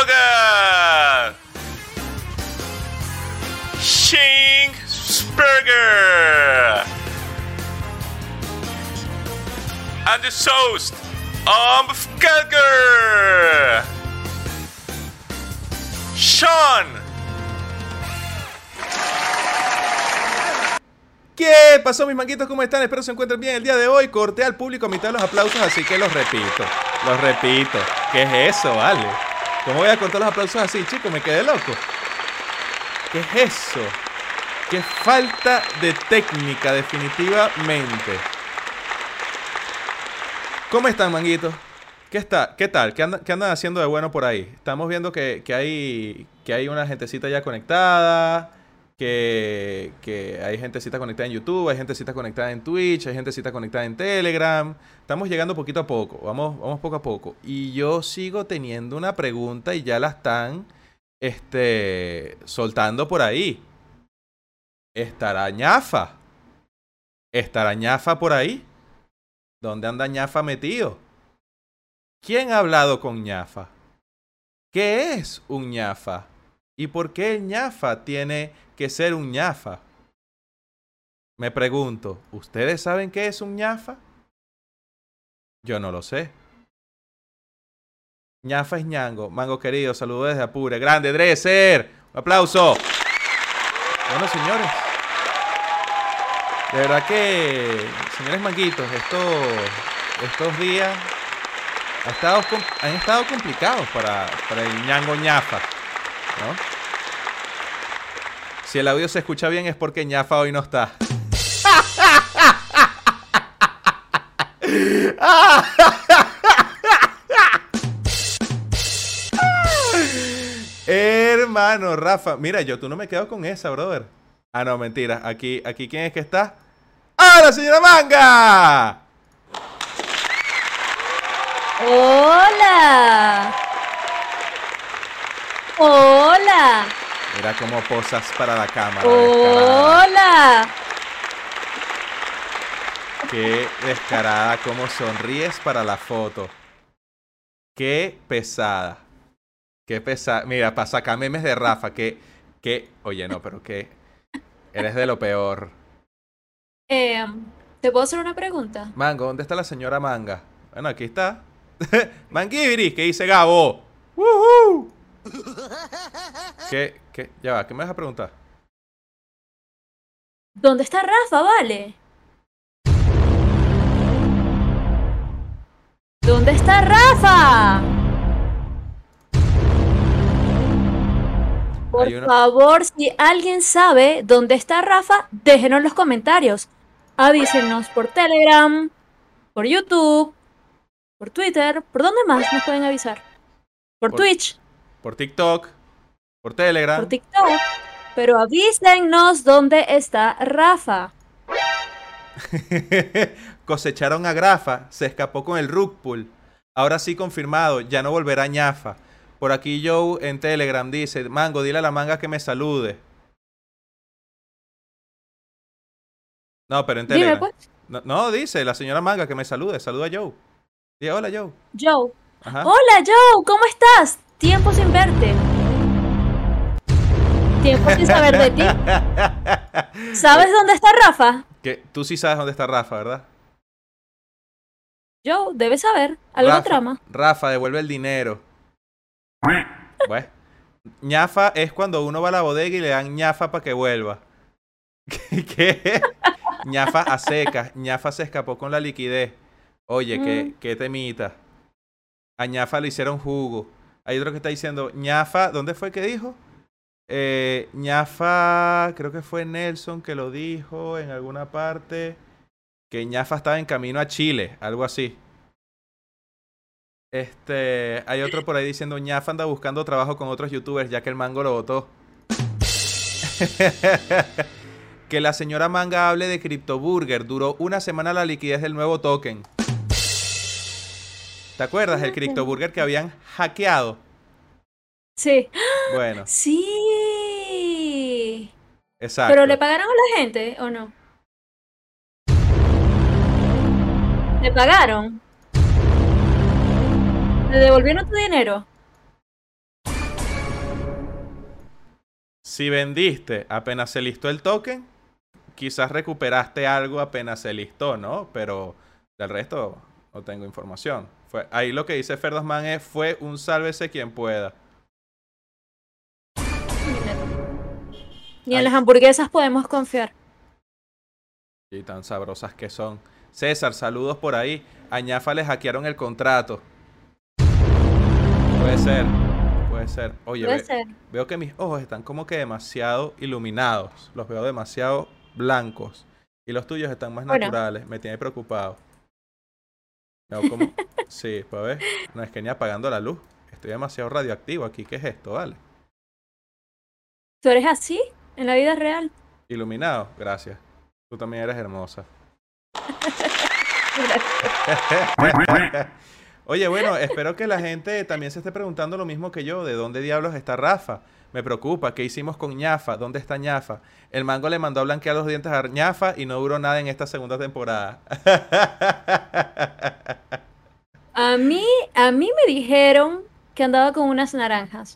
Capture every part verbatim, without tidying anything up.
Logan, Shingsberger, and the host of Kelger, Sean. ¿Qué pasó, mis manguitos? ¿Cómo están? Espero se encuentren bien el día de hoy. Corté al público a mitad de los aplausos, así que los repito. Los repito. ¿Qué es eso, vale? ¿Cómo voy a cortar los aplausos así, chicos? Me quedé loco. ¿Qué es eso? Qué falta de técnica, definitivamente. ¿Cómo están, manguitos? ¿Qué está? ¿Qué tal? ¿Qué andan, qué andan haciendo de bueno por ahí? Estamos viendo que, que, hay, que hay una gentecita ya conectada. Que, que hay gentecita conectada en YouTube, hay gentecita conectada en Twitch, hay gentecita conectada en Telegram. Estamos llegando poquito a poco, vamos, vamos poco a poco. Y yo sigo teniendo una pregunta y ya la están este, soltando por ahí. ¿Estará Ñafa? ¿Estará Ñafa por ahí? ¿Dónde anda Ñafa metido? ¿Quién ha hablado con Ñafa? ¿Qué es un Ñafa? ¿Y por qué el Ñafa tiene que ser un Ñafa? Me pregunto, ¿ustedes saben qué es un Ñafa? Yo no lo sé. Ñafa es Ñango. Mango querido, saludos desde Apure. Grande, Dresser. Un aplauso. Bueno, señores. De verdad que, señores manguitos, estos, estos días han estado, han estado complicados para, para el Ñango Ñafa, ¿no? Si el audio se escucha bien es porque Ñafa hoy no está. Hermano, Rafa. Mira, yo tú no me quedo con esa, brother. Ah, no, mentira. Aquí, aquí ¿quién es que está? ¡Ah, la señora Manga! ¡Hola! ¡Hola! Mira cómo posas para la cámara. ¡Hola! Descarada. Qué descarada, cómo sonríes para la foto. Qué pesada. Qué pesada. Mira, para sacar memes de Rafa, que, que... Oye, no, pero que... Eres de lo peor. Eh, ¿te puedo hacer una pregunta? Mango, ¿dónde está la señora Manga? Bueno, aquí está. Manguibiri, ¿qué dice Gabo? ¡Woohoo! ¿Qué, qué? Ya va, ¿qué me vas a preguntar? ¿Dónde está Rafa, vale? ¿Dónde está Rafa? Por Hay una- favor, si alguien sabe dónde está Rafa, déjenos en los comentarios. Avísenos por Telegram, por YouTube, por Twitter. ¿Por dónde más nos pueden avisar? Por, Por- Twitch, Por TikTok, por Telegram. por TikTok. Pero avísennos dónde está Rafa. Cosecharon a Grafa, se escapó con el rug pull. Ahora sí confirmado, ya no volverá Ñafa. Por aquí Joe en Telegram dice, Mango, dile a la Manga que me salude. No, pero en Dime, Telegram. pues. No, no, dice la señora Manga que me salude. Saluda a Joe. Dice, hola Joe. Joe. Ajá. Hola, Joe, ¿cómo estás? Tiempo sin verte. Tiempo sin saber de ti. ¿Sabes dónde está Rafa? Que tú sí sabes dónde está Rafa, ¿verdad? Joe, debes saber. Algo Rafa, trama. Rafa, devuelve el dinero. Bueno. Ñafa es cuando uno va a la bodega y le dan Ñafa para que vuelva. ¿Qué? ¿Qué? Ñafa a secas. Ñafa se escapó con la liquidez. Oye, Mm. qué, qué temita. A Ñafa le hicieron jugo. Hay otro que está diciendo, Ñafa, ¿dónde fue que dijo? Eh, Ñafa, creo que fue Nelson que lo dijo en alguna parte. Que Ñafa estaba en camino a Chile, algo así. Este, hay otro por ahí diciendo, Ñafa anda buscando trabajo con otros youtubers ya que el Mango lo votó. Que la señora Manga hable de CryptoBurger. Duró una semana la liquidez del nuevo token. ¿Te acuerdas? El CryptoBurger que habían hackeado. Sí. Bueno, Sí. exacto. ¿Pero le pagaron a la gente o no? ¿Le pagaron? ¿Le devolvieron tu dinero? Si vendiste apenas se listó el token, quizás recuperaste algo apenas se listó, ¿no? Pero del resto no tengo información. Fue, ahí lo que dice Ferdosman es, fue un sálvese quien pueda. Ni en las hamburguesas podemos confiar. Y tan sabrosas que son. César, saludos por ahí. A Ñafa le hackearon el contrato. Puede ser. Puede ser. Oye, Puede ve, ser. veo que mis ojos están como que demasiado iluminados. Los veo demasiado blancos. Y los tuyos están más Bueno. naturales. Me tiene preocupado. Veo como... Sí, pues ver. No es que ni apagando la luz. Estoy demasiado radioactivo aquí. ¿Qué es esto? Vale. ¿Tú eres así en la vida real? Iluminado. Gracias. Tú también eres hermosa. Oye, bueno, espero que la gente también se esté preguntando lo mismo que yo. ¿De dónde diablos está Rafa? Me preocupa. ¿Qué hicimos con Ñafa? ¿Dónde está Ñafa? El mango le mandó a blanquear los dientes a Ñafa y no duró nada en esta segunda temporada. A mí, a mí me dijeron que andaba con unas naranjas.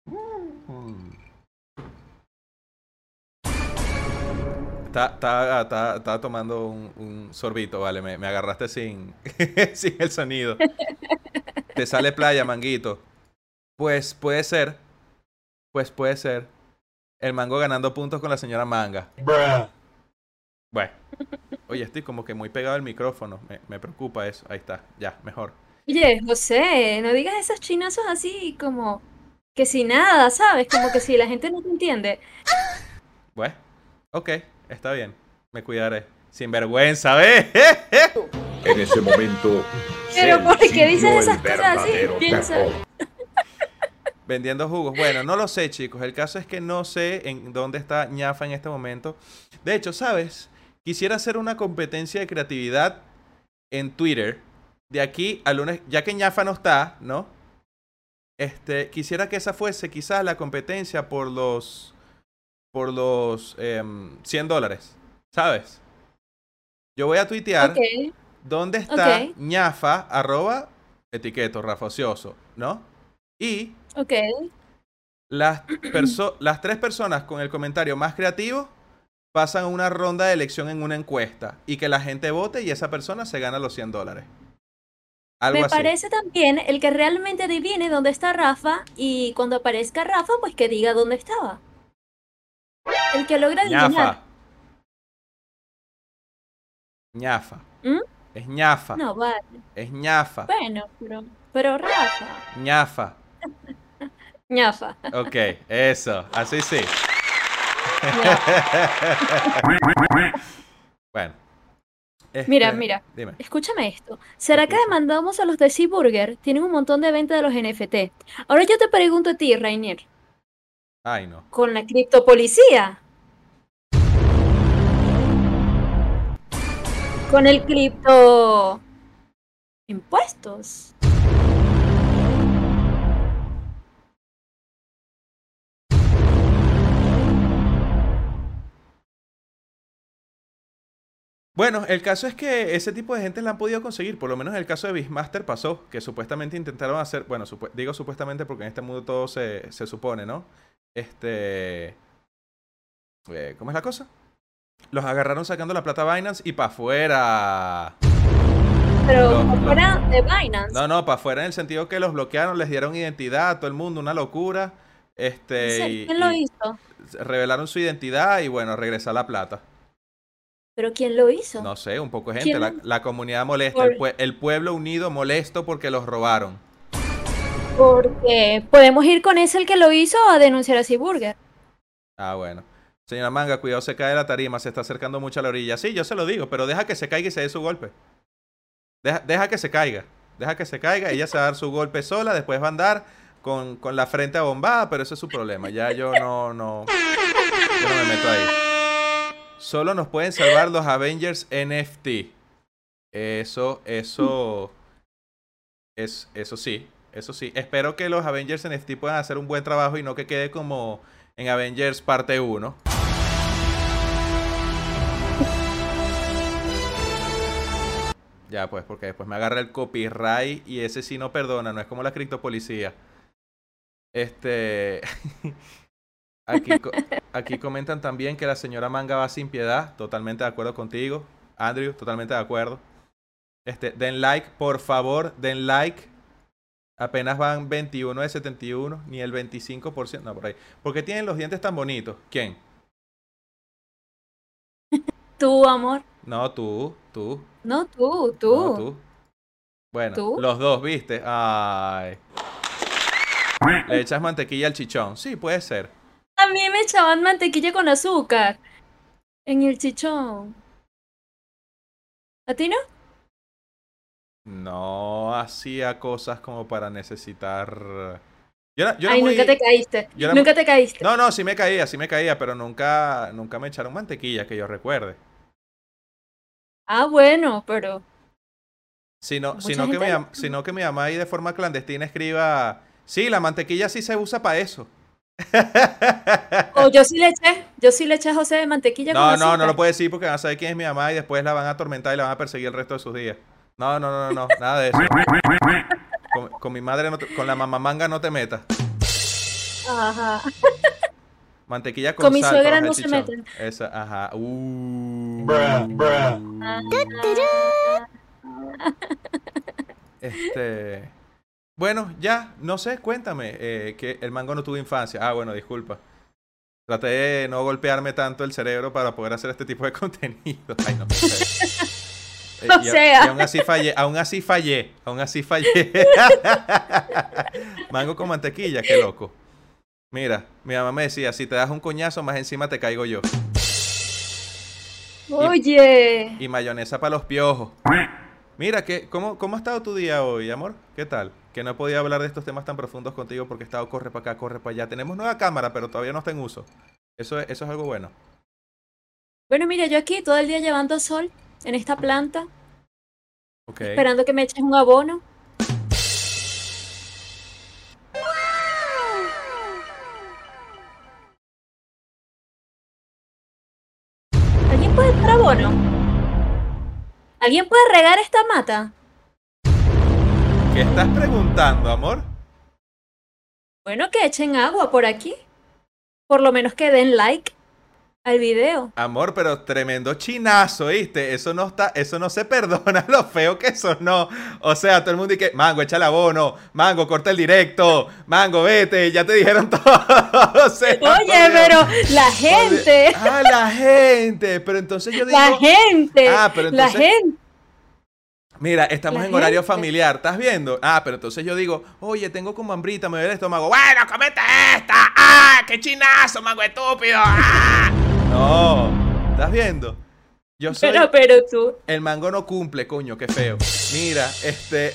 Estaba tomando un, un sorbito, vale. Me, me agarraste sin, sin el sonido. Te sale playa, manguito. Pues puede ser. Pues puede ser. El mango ganando puntos con la señora Manga. Bruh. Bueno. Oye, estoy como que muy pegado al micrófono. Me, me preocupa eso. Ahí está. Ya, mejor. Oye, José, no digas esos chinazos así como que si nada, ¿sabes? Como que si la gente no te entiende. Bueno. Ok. Está bien. Me cuidaré. Sin vergüenza, ¿ves? En ese momento, Pero Cell ¿por qué sintió dices el esas cosas así? verdadero Piensa. terror. Vendiendo jugos. Bueno, no lo sé, chicos. El caso es que no sé en dónde está Ñafa en este momento. De hecho, ¿sabes? Quisiera hacer una competencia de creatividad en Twitter. De aquí al lunes, ya que Ñafa no está, ¿no? Este, quisiera que esa fuese quizás la competencia por los... Por los eh, cien dólares. ¿Sabes? Yo voy a tuitear Ok, dónde está ok. Ñafa, arroba, etiqueto, Rafa Ocioso, ¿no? Y... ok. Las, perso las tres personas con el comentario más creativo pasan una ronda de elección en una encuesta y que la gente vote y esa persona se gana los cien dólares. Algo Me así. parece también el que realmente adivine dónde está Rafa y cuando aparezca Rafa, pues que diga dónde estaba. El que logra adivinar. Ñafa. Ñafa. ¿Mm? Es Ñafa. No, vale. Es Ñafa. Bueno, pero, pero Rafa. Ñafa. Ñafa. Ok, eso. Así sí. Ñafa. Bueno. Mira, Este, mira. Dime. Escúchame esto. ¿Será que Escucho. demandamos a los de Sea Burger? Tienen un montón de venta de los N F T. Ahora yo te pregunto a ti, Rainier. Ay, no. ¿Con la criptopolicía? ¿Con el cripto... impuestos? Bueno, el caso es que ese tipo de gente la han podido conseguir. Por lo menos en el caso de Beastmaster pasó. Que supuestamente intentaron hacer... Bueno, supu digo supuestamente porque en este mundo todo se, se supone, ¿no? Este... Eh, ¿Cómo es la cosa? Los agarraron sacando la plata a Binance y para afuera. Pero Los- los- fuera de Binance. No, no, para afuera en el sentido que los bloquearon, les dieron identidad a todo el mundo, una locura. ¿En Este... serio? Y, ¿Quién lo y hizo? revelaron su identidad y bueno, regresar la plata. ¿Pero quién lo hizo? No sé, un poco de gente. ¿Quién La, lo- la comunidad molesta. Por- El, pue- el pueblo unido molesto porque los robaron. Porque podemos ir con ese el que lo hizo a denunciar a Sea Burger. Ah, bueno. Señora Manga, cuidado, se cae la tarima, se está acercando mucho a la orilla. Sí, yo se lo digo, pero deja que se caiga y se dé su golpe. Deja, deja que se caiga. Deja que se caiga, ella se va a dar su golpe sola, después va a andar con, con la frente abombada, pero ese es su problema. Ya yo no, no, yo no me meto ahí. Solo nos pueden salvar los Avengers N F T. Eso, eso, es, eso sí, eso sí. Espero que los Avengers N F T puedan hacer un buen trabajo y no que quede como en Avengers parte uno. Ya, pues, porque después me agarra el copyright y ese sí no perdona, no es como la criptopolicía. Este... Aquí, co- aquí comentan también que la señora Manga va sin piedad. Totalmente de acuerdo contigo. Andrew, totalmente de acuerdo. Este, den like, por favor, den like. Apenas van veintiuno de setenta y uno, ni el veinticinco por ciento. No, por ahí. ¿Por qué tienen los dientes tan bonitos? ¿Quién? Tú, amor. No, tú, tú, No, tú, no, tú. tú. Bueno, ¿Tú? los dos, ¿viste? Ay. ¿Le echas mantequilla al chichón? Sí, puede ser. A mí me echaban mantequilla con azúcar en el chichón. ¿A ti no? No hacía cosas como para necesitar... Yo era, yo era Ay, muy... nunca te caíste. yo era Nunca mu- te caíste. No, no, sí me caía, sí me caía, pero nunca, nunca me echaron mantequilla, que yo recuerde. Ah, bueno, pero Sino, mucha sino, que gente mi, lo- am- sino que mi mamá ahí de forma clandestina escriba... Sí, la mantequilla sí se usa para eso. O yo sí le eché, yo sí le eché a José de mantequilla con No, azúcar. no, no lo puede decir porque van a saber quién es mi mamá y después la van a atormentar y la van a perseguir el resto de sus días. No, no, no, no, no, nada de eso. Con, con mi madre, no te- con la mamá manga no te metas. Ajá. Mantequilla con, Con mi sal suegra para no el se chichón. meten. Esa, ajá. Uh. Este. Bueno, ya, no sé, cuéntame. Eh, que el mango no tuvo infancia. Ah, bueno, disculpa. Traté de no golpearme tanto el cerebro para poder hacer este tipo de contenido. Ay, no, qué feo. Eh, O y, a- sea. y aún así fallé, aún así fallé, aún así fallé. Mango con mantequilla, qué loco. Mira, mi mamá me decía, si te das un coñazo, más encima te caigo yo. Oye. Y mayonesa para los piojos. Mira, ¿qué, cómo, ¿cómo ha estado tu día hoy, amor? ¿Qué tal? Que no he podido hablar de estos temas tan profundos contigo porque he estado corre para acá, corre para allá. Tenemos nueva cámara, pero todavía no está en uso. Eso es, eso es algo bueno. Bueno, mira, yo aquí todo el día llevando sol en esta planta, Ok. esperando que me eches un abono. ¿Alguien puede dar abono? ¿Alguien puede regar esta mata? ¿Qué estás preguntando, amor? Bueno, que echen agua por aquí. Por lo menos que den like al video. Amor, pero tremendo chinazo, ¿viste? Eso no está, eso no se perdona lo feo que sonó. O sea, todo el mundo dice, Mango, echa el abono, Mango, corta el directo, Mango, vete, ya te dijeron todo. O sea, por Oye, Dios, pero la por Dios. gente, Ah, la gente. Pero entonces yo digo, la gente, Ah, pero la entonces- gente. mira, estamos La en horario gente. familiar, ¿estás viendo? Ah, pero entonces yo digo, oye, tengo como hambrita, me duele el estómago. Bueno, comete esta. ¡Ah, qué chinazo, Mango estúpido! ¡Ah! No, ¿estás viendo? Yo soy... Pero, pero tú. El mango no cumple, coño, qué feo. Mira, este...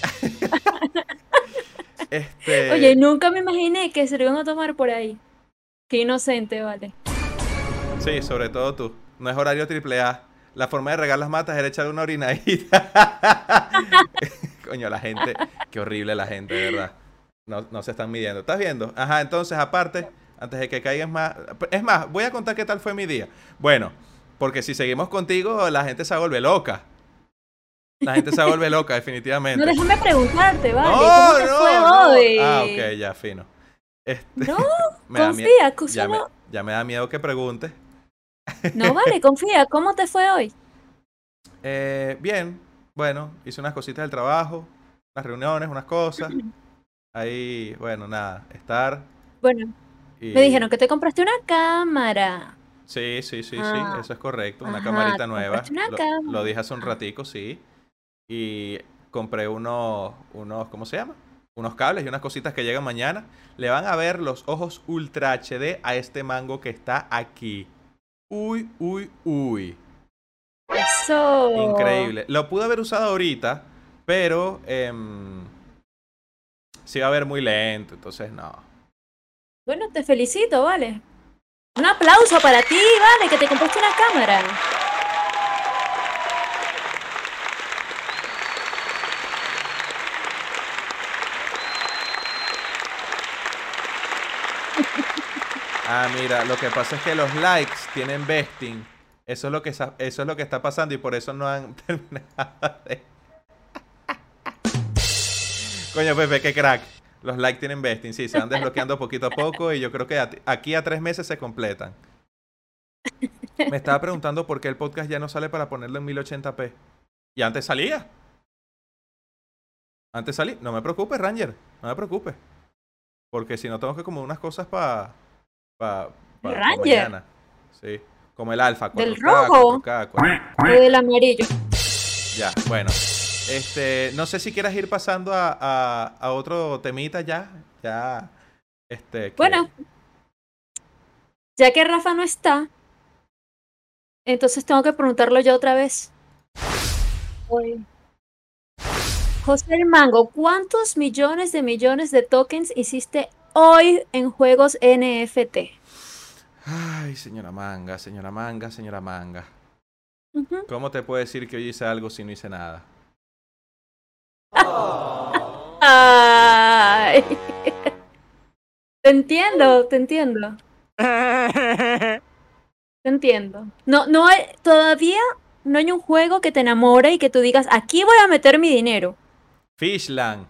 este... Oye, nunca me imaginé que se lo iban a tomar por ahí. Qué inocente, vale. Sí, sobre todo tú. No es horario triple A. La forma de regar las matas era echarle una orinadita. Coño, la gente... Qué horrible la gente, de verdad. No, no se están midiendo. ¿Estás viendo? Ajá, entonces, aparte, antes de que caigas más... Es más, voy a contar qué tal fue mi día. Bueno, porque si seguimos contigo, la gente se vuelve loca. La gente se vuelve loca, definitivamente. No, déjame preguntarte, vale. No, ¿Cómo te no, fue no. hoy? Ah, ok, ya, fino. Este, No, me da confía, mie- que ya, me, solo- ya me da miedo que preguntes. No, vale, confía. ¿Cómo te fue hoy? Eh, bien, bueno, hice unas cositas del trabajo, unas reuniones, unas cosas. Ahí, bueno, nada, estar. Bueno, Y... me dijeron que te compraste una cámara. Sí, sí, sí, Ah. sí, eso es correcto. Una Ajá, camarita te nueva. compraste una Lo, cámara. lo dije hace un ratico, sí. Y compré unos, unos, ¿cómo se llama? Unos cables y unas cositas que llegan mañana. Le van a ver los ojos Ultra H D a este mango que está aquí. Uy, uy, uy. Eso. Increíble. Lo pude haber usado ahorita, pero em, se iba a ver muy lento, entonces no. Bueno, te felicito, vale. Un aplauso para ti, vale, que te compraste una cámara. Ah, mira, lo que pasa es que los likes tienen vesting. Eso es lo que, sa- eso es lo que está pasando y por eso no han terminado de... Coño, Pepe, qué crack. Los likes tienen vesting, sí, se van desbloqueando poquito a poco y yo creo que a- aquí a tres meses se completan. Me estaba preguntando por qué el podcast ya no sale para ponerlo en mil ochenta p. Y antes salía. Antes salí. No me preocupes, Ranger. No me preocupes. Porque si no tengo que como unas cosas para pa, pa, pa Ranger. mañana. Sí. Como el alfa, ¿Del cuatro K, rojo? cuatro K, cuatro K. O del amarillo. Ya, bueno. Este, no sé si quieras ir pasando a, a, a otro temita ya. Ya. Este. que- Bueno, ya que Rafa no está, entonces tengo que preguntarlo yo otra vez. Oye. José el Mango, ¿cuántos millones de millones de tokens hiciste hoy en juegos N F T? Ay, señora Manga, señora Manga, señora Manga. Ujú. ¿Cómo te puedo decir que hoy hice algo si no hice nada? Ay. Te entiendo, te entiendo. Te entiendo. No, no hay, todavía no hay un juego que te enamore y que tú digas, aquí voy a meter mi dinero. Fishland.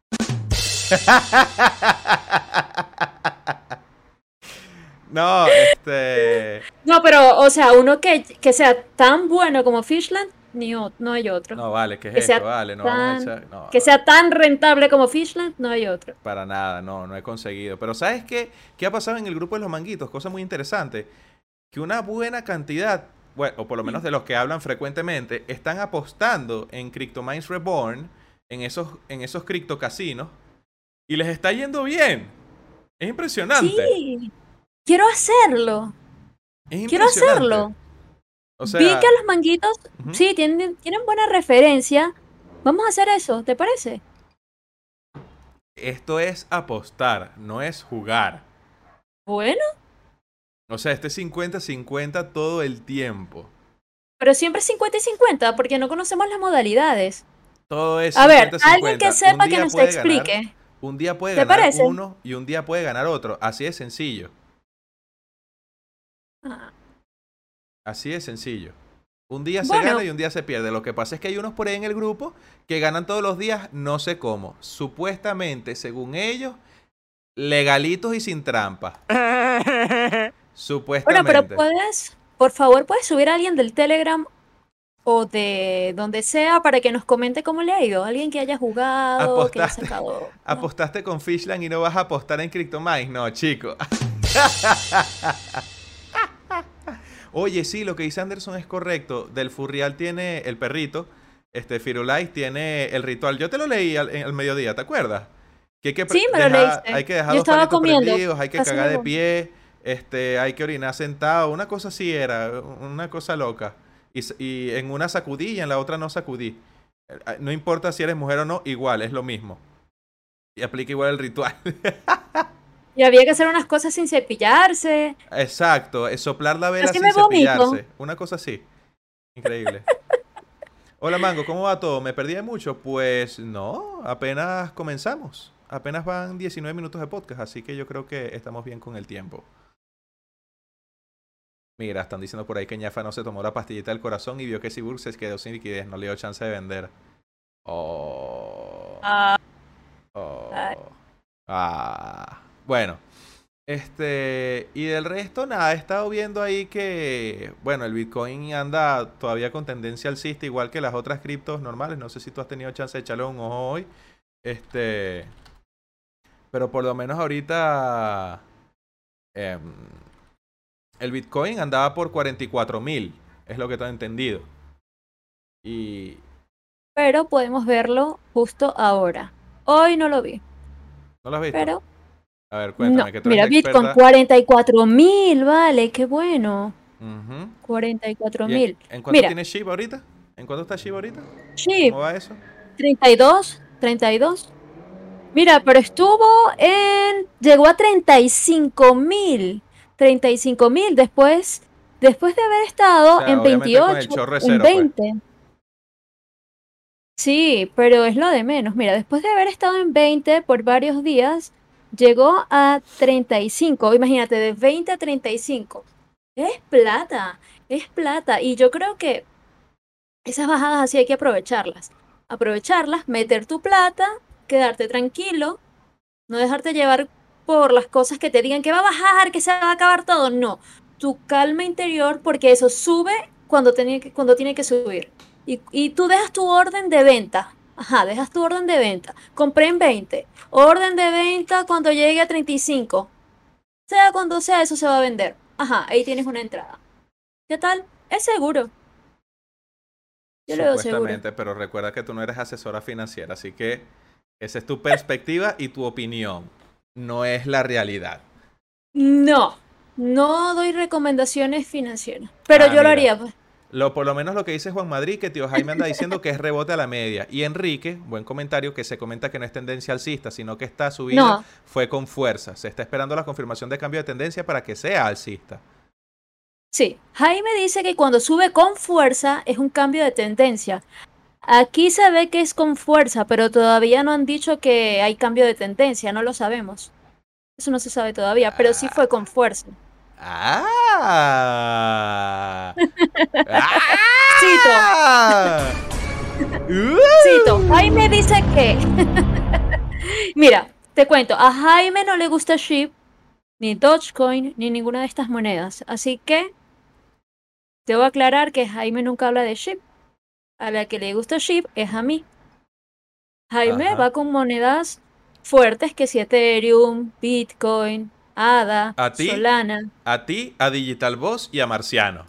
No, este. No, pero, o sea, uno que, que sea tan bueno como Fishland, ni o- no hay otro. No, vale, ¿qué es Que sea esto? Vale, no vamos a tan- echar. No, Que sea tan rentable como Fishland, no hay otro. para nada, no, no he conseguido. Pero ¿sabes qué? ¿Qué ha pasado en el grupo de los manguitos? Cosa muy interesante. Que una buena cantidad, bueno, o por lo menos de los que hablan frecuentemente, están apostando en CryptoMines Reborn, en esos, en esos criptocasinos, y les está yendo bien. Es impresionante. Sí, quiero hacerlo. Es Quiero impresionante. hacerlo. O sea, Vi que los manguitos, ujú. sí, tienen, tienen buena referencia. Vamos a hacer eso, ¿te parece? Esto es apostar, no es jugar. Bueno, O sea, este cincuenta cincuenta todo el tiempo. pero siempre cincuenta y cincuenta, porque no conocemos las modalidades. Todo es A ver, cincuenta alguien que cincuenta. sepa Un que día nos puede explique. ganar- un día puede ¿Te ganar parece? uno y un día puede ganar otro. Así de sencillo. Ah, Así de sencillo. Un día se Bueno. gana y un día se pierde. Lo que pasa es que hay unos por ahí en el grupo que ganan todos los días, no sé cómo. Supuestamente, según ellos, legalitos y sin trampa. Bueno, Supuestamente. pero puedes, por favor, puedes subir a alguien del Telegram o de donde sea para que nos comente cómo le ha ido. Alguien que haya jugado, que haya Apostaste. sacado. ¿no? ¿Apostaste con Fishland y no vas a apostar en CryptoMines? No, chico. Oye, sí, lo que dice Anderson es correcto. Del Furrial tiene el perrito. Este, Firulais tiene el ritual. Yo te lo leí al, al mediodía, ¿te acuerdas? Que hay que pre- Sí, me lo dejar- leíste. Hay que dejar Yo dos estaba palitos comiendo, prendidos, hay que casi cagar me de voy. pie, este, hay que orinar sentado. Una cosa así era, una cosa loca. Y, s- y en una sacudí y en la otra no sacudí. Eh, No importa si eres mujer o no, igual, es lo mismo. Y aplica igual el ritual. Y había que hacer unas cosas sin cepillarse. Exacto, es soplar la vela Casi sin me vomito. cepillarse. Una cosa así. Increíble. Hola Mango, ¿cómo va todo? ¿Me perdí de mucho? Pues no, apenas comenzamos. Apenas van diecinueve minutos de podcast, así que yo creo que estamos bien con el tiempo. Mira, están diciendo por ahí que Ñafa no se tomó la pastillita del corazón y vio que Sibur se quedó sin liquidez, no le dio chance de vender. Oh. Ah, Oh. Ay. Ah. Bueno. Este. Y del resto, nada. He estado viendo ahí que. Bueno, el Bitcoin anda todavía con tendencia alcista, igual que las otras criptos normales. No sé si tú has tenido chance de echarle un ojo hoy. Este. Pero por lo menos ahorita. em, el Bitcoin andaba por cuarenta y cuatro mil. Es lo que tengo entendido. Y. pero podemos verlo justo ahora. Hoy no lo vi, ¿No lo has visto? pero A ver, no. cuéntame, que tú eres Mira, la Bitcoin, experta. cuarenta y cuatro mil, vale, qué bueno. Ujú. cuarenta y cuatro ¿Y en, mil. en cuánto Mira, tiene Shiba ahorita? ¿En cuánto está Shiba ahorita? sí, ¿Cómo va eso? treinta y dos, treinta y dos. Mira, pero estuvo en, llegó a treinta y cinco mil, treinta y cinco mil después, después de haber estado O sea, en obviamente con el veintiocho, chorro de en cero, pues. veinte. Sí, pero es lo de menos. Mira, después de haber estado en veinte por varios días, llegó a treinta y cinco. Imagínate, de veinte a treinta y cinco. Es plata, es plata. Y yo creo que esas bajadas así hay que aprovecharlas. Aprovecharlas, meter tu plata, quedarte tranquilo No dejarte llevar por las cosas que te digan que va a bajar, que se va a acabar todo. No. Tu calma interior, porque eso sube cuando tiene que, cuando tiene que subir. Y, y tú dejas tu orden de venta. Ajá, dejas tu orden de venta. Compré en veinte. Orden de venta cuando llegue a treinta y cinco. Sea cuando sea, eso se va a vender. Ajá, ahí tienes una entrada. ¿Qué tal? Es seguro. Yo lo veo seguro. Supuestamente, pero recuerda que tú no eres asesora financiera, así que esa es tu perspectiva y tu opinión. No es la realidad. No, no doy recomendaciones financieras. Pero Ah, yo lo mira. haría, pues. Lo, por lo menos lo que dice Juan Madrid, que tío Jaime anda diciendo que es rebote a la media. Y Enrique, buen comentario, que se comenta que no es tendencia alcista, sino que esta subida No. fue con fuerza. Se está esperando la confirmación de cambio de tendencia para que sea alcista. Sí, Jaime dice que cuando sube con fuerza es un cambio de tendencia. Aquí se ve que es con fuerza, pero todavía no han dicho que hay cambio de tendencia, no lo sabemos. Eso no se sabe todavía, pero sí fue con fuerza. ¡Ah! Cito, ¡Ah! cito, Jaime dice que... Mira, te cuento, a Jaime no le gusta SHIB, ni Dogecoin, ni ninguna de estas monedas. Así que te voy a aclarar que Jaime nunca habla de SHIB. A la que le gusta SHIB es a mí. Jaime Ajá. va con monedas fuertes que si Ethereum, Bitcoin, A D A, ¿A ti? Solana. A ti, a Digital Boss y a Marciano.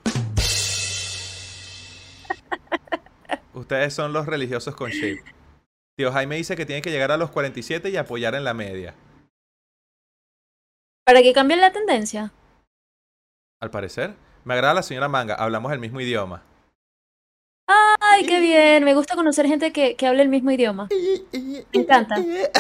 Ustedes son los religiosos con SHIB. Tío Jaime dice que tiene que llegar a los cuarenta y siete y apoyar en la media. ¿Para que cambie la tendencia? Al parecer. Me agrada la señora Manga. Hablamos el mismo idioma. Ay, qué bien. Me gusta conocer gente que, que hable el mismo idioma. Me encanta.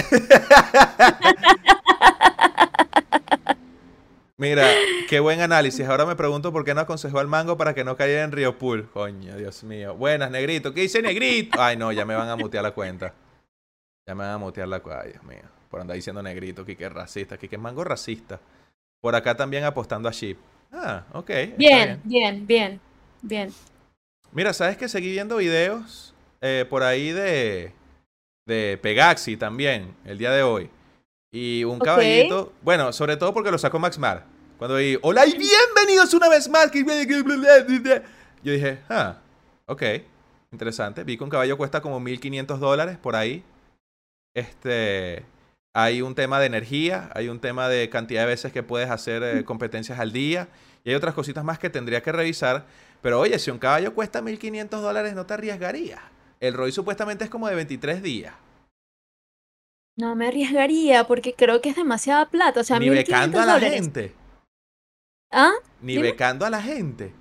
Mira, qué buen análisis. Ahora me pregunto por qué no aconsejó al mango para que no cayera en Río Pool. Coño, Dios mío. Buenas, negrito. ¿Qué dice negrito? Ay, no, ya me van a mutear la cuenta. Ya me van a mutear la cuenta. Ay, Dios mío. Por andar diciendo negrito, que es racista, que es mango racista. Por acá también apostando a SHIB. Ah, ok. Está Bien, bien, bien, bien. Mira, ¿sabes que seguí viendo videos eh, por ahí de, de Pegaxi también, el día de hoy? Y un Ok. caballito, bueno, sobre todo porque lo sacó Max Mar. Cuando vi, hola y bienvenidos una vez más. Yo dije, ah, ok, interesante. Vi que un caballo cuesta como mil quinientos dólares por ahí. Este, hay un tema de energía, hay un tema de cantidad de veces que puedes hacer eh, competencias al día. Y hay otras cositas más que tendría que revisar. Pero oye, si un caballo cuesta mil quinientos dólares, no te arriesgarías. El R O I supuestamente es como de veintitrés días. No me arriesgaría porque creo que es demasiada plata. O sea, Ni becando mil quinientos a la dólares. gente. ¿Ah? Ni Dime. becando a la gente.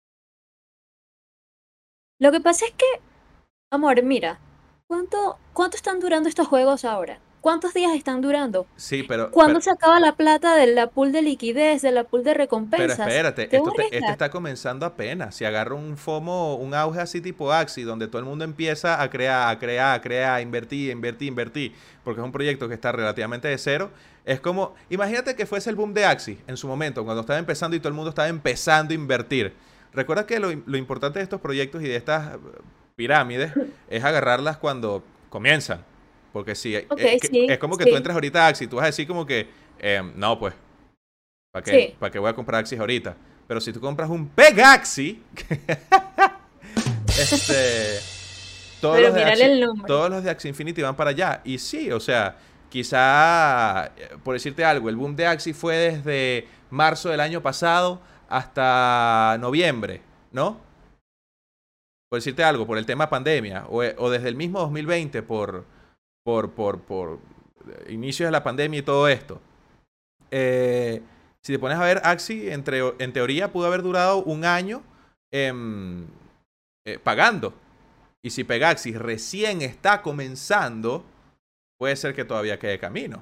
Lo que pasa es que, amor, mira, ¿cuánto, cuánto están durando estos juegos ahora? ¿Cuántos días están durando? Sí, pero, ¿Cuándo pero, se acaba la plata de la pool de liquidez, de la pool de pero recompensas? espérate, ¿Te esto, vas a te- esto arriesgar? está comenzando apenas. Si agarra un FOMO, un auge así tipo Axi, donde todo el mundo empieza a crear, a crear, a crear, a invertir, a invertir, a invertir, porque es un proyecto que está relativamente de cero, es como, imagínate que fuese el boom de Axi en su momento, cuando estaba empezando y todo el mundo estaba empezando a invertir. Recuerda que lo, lo importante de estos proyectos y de estas eh, pirámides es agarrarlas cuando comienzan. Porque si Ok, es, que- sí, es como que tú sí. entras ahorita a Axi, tú vas a decir como que, eh, no, pues, ¿para qué, Sí. ¿para qué voy a comprar Axis ahorita? Pero si tú compras un Pegaxi, este, todos, Pero los de mírale Axie- el nombre. todos los de Axie Infinity van para allá. Y sí, o sea, quizá, eh, por decirte algo, el boom de Axie fue desde marzo del año pasado hasta noviembre, ¿no? Por decirte algo, por el tema pandemia, o, o desde el mismo dos mil veinte por, por, por, por inicios de la pandemia y todo esto. Eh, si te pones a ver, Axie, entre, en teoría, pudo haber durado un año em, eh, pagando. Y si Pegaxi recién está comenzando, puede ser que todavía quede camino.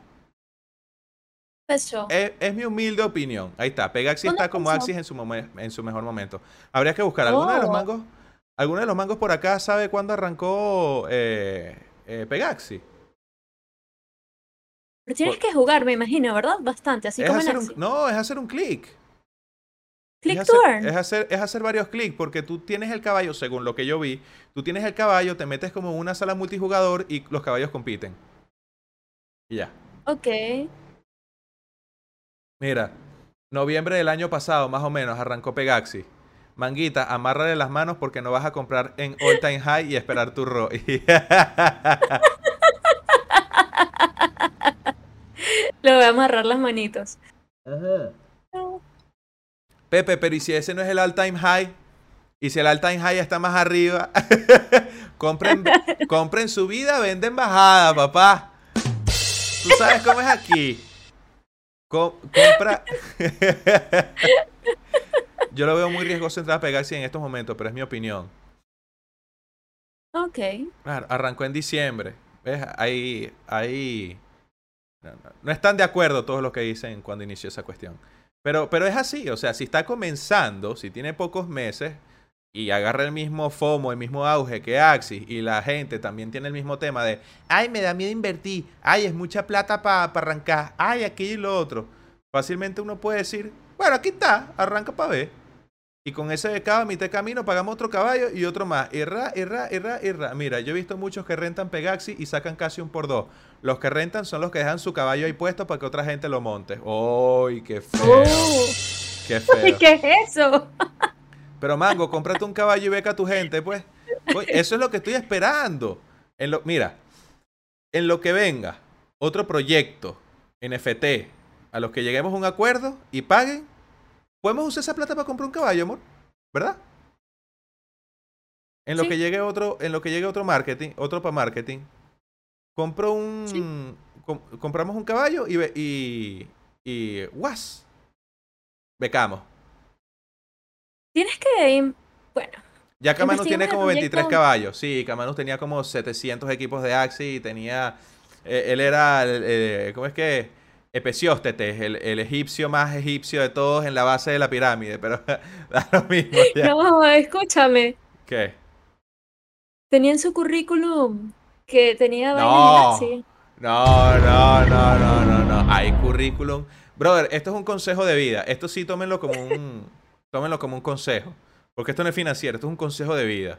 Eso. Es, es mi humilde opinión. Ahí está. Pegaxi ¿Dónde está como empezó? Axis en su, momen- en su mejor momento. Habría que buscar. ¿Alguno de los Oh. mangos? ¿Alguno de los mangos por acá sabe cuándo arrancó eh, eh, Pegaxi? Pero tienes Por- que jugar, me imagino, ¿verdad? Bastante, así Es como en hacer un, Axie. no, es hacer un clic. Click es to hacer, earn. es, hacer, es hacer varios clics, porque tú tienes el caballo, según lo que yo vi, tú tienes el caballo, te metes como en una sala multijugador y los caballos compiten. Y ya. Ok. Mira, noviembre del año pasado, más o menos, arrancó Pegaxi. Manguita, amárrale las manos porque no vas a comprar en All Time High y esperar tu R O I. Le voy a amarrar las manitos. Pepe, pero ¿y si ese no es el All Time High? Y si el All Time High está más arriba, compren, compren subida, venden bajada, papá. ¿Tú sabes cómo es aquí? Co- compra. Yo lo veo muy riesgoso entrar a Pegaxi en estos momentos, pero es mi opinión. Ok. Claro, arrancó en diciembre. ¿Ves? Ahí, ahí. No, no, no están de acuerdo todos los que dicen cuando inició esa cuestión. Pero, pero es así, o sea, si está comenzando, si tiene pocos meses y agarra el mismo FOMO, el mismo auge que Axis y la gente también tiene el mismo tema de, ay, me da miedo invertir, ay, es mucha plata para pa arrancar, ay, aquí y lo otro. Fácilmente uno puede decir, bueno, aquí está, arranca para ver. Y con ese becado a mitad de camino pagamos otro caballo y otro más. Irra, irra, irra, irra. Mira, yo he visto muchos que rentan Pegaxi y sacan casi un por dos. Los que rentan son los que dejan su caballo ahí puesto para que otra gente lo monte. ¡Uy, qué feo! Uh, ¡Qué feo! ¿Qué es eso? Pero Mango, cómprate un caballo y beca a tu gente, pues. Oye, eso es lo que estoy esperando. En lo, mira, en lo que venga otro proyecto N F T a los que lleguemos a un acuerdo y paguen, podemos usar esa plata para comprar un caballo, amor, ¿verdad? En lo Sí. que llegue otro, en lo que llegue otro marketing, otro para marketing, compro un, Sí. com- compramos un caballo y be- y y guas, becamos. Tienes que... im- Bueno, Ya Camanus tiene investigamos el como veintitrés proyecto. caballos. Sí, Camanus tenía como setecientos equipos de Axi y tenía, eh, él era, el, eh, ¿cómo es que? Epesióstetes, el, el egipcio más egipcio de todos en la base de la pirámide, pero da lo mismo ya. No, escúchame. ¿Qué? Tenía en su currículum que tenía vainas en No, Axie. no, no, no, no, no, no. Hay currículum. Brother, esto es un consejo de vida. Esto sí tómenlo como un, tómenlo como un consejo. Porque esto no es financiero, esto es un consejo de vida.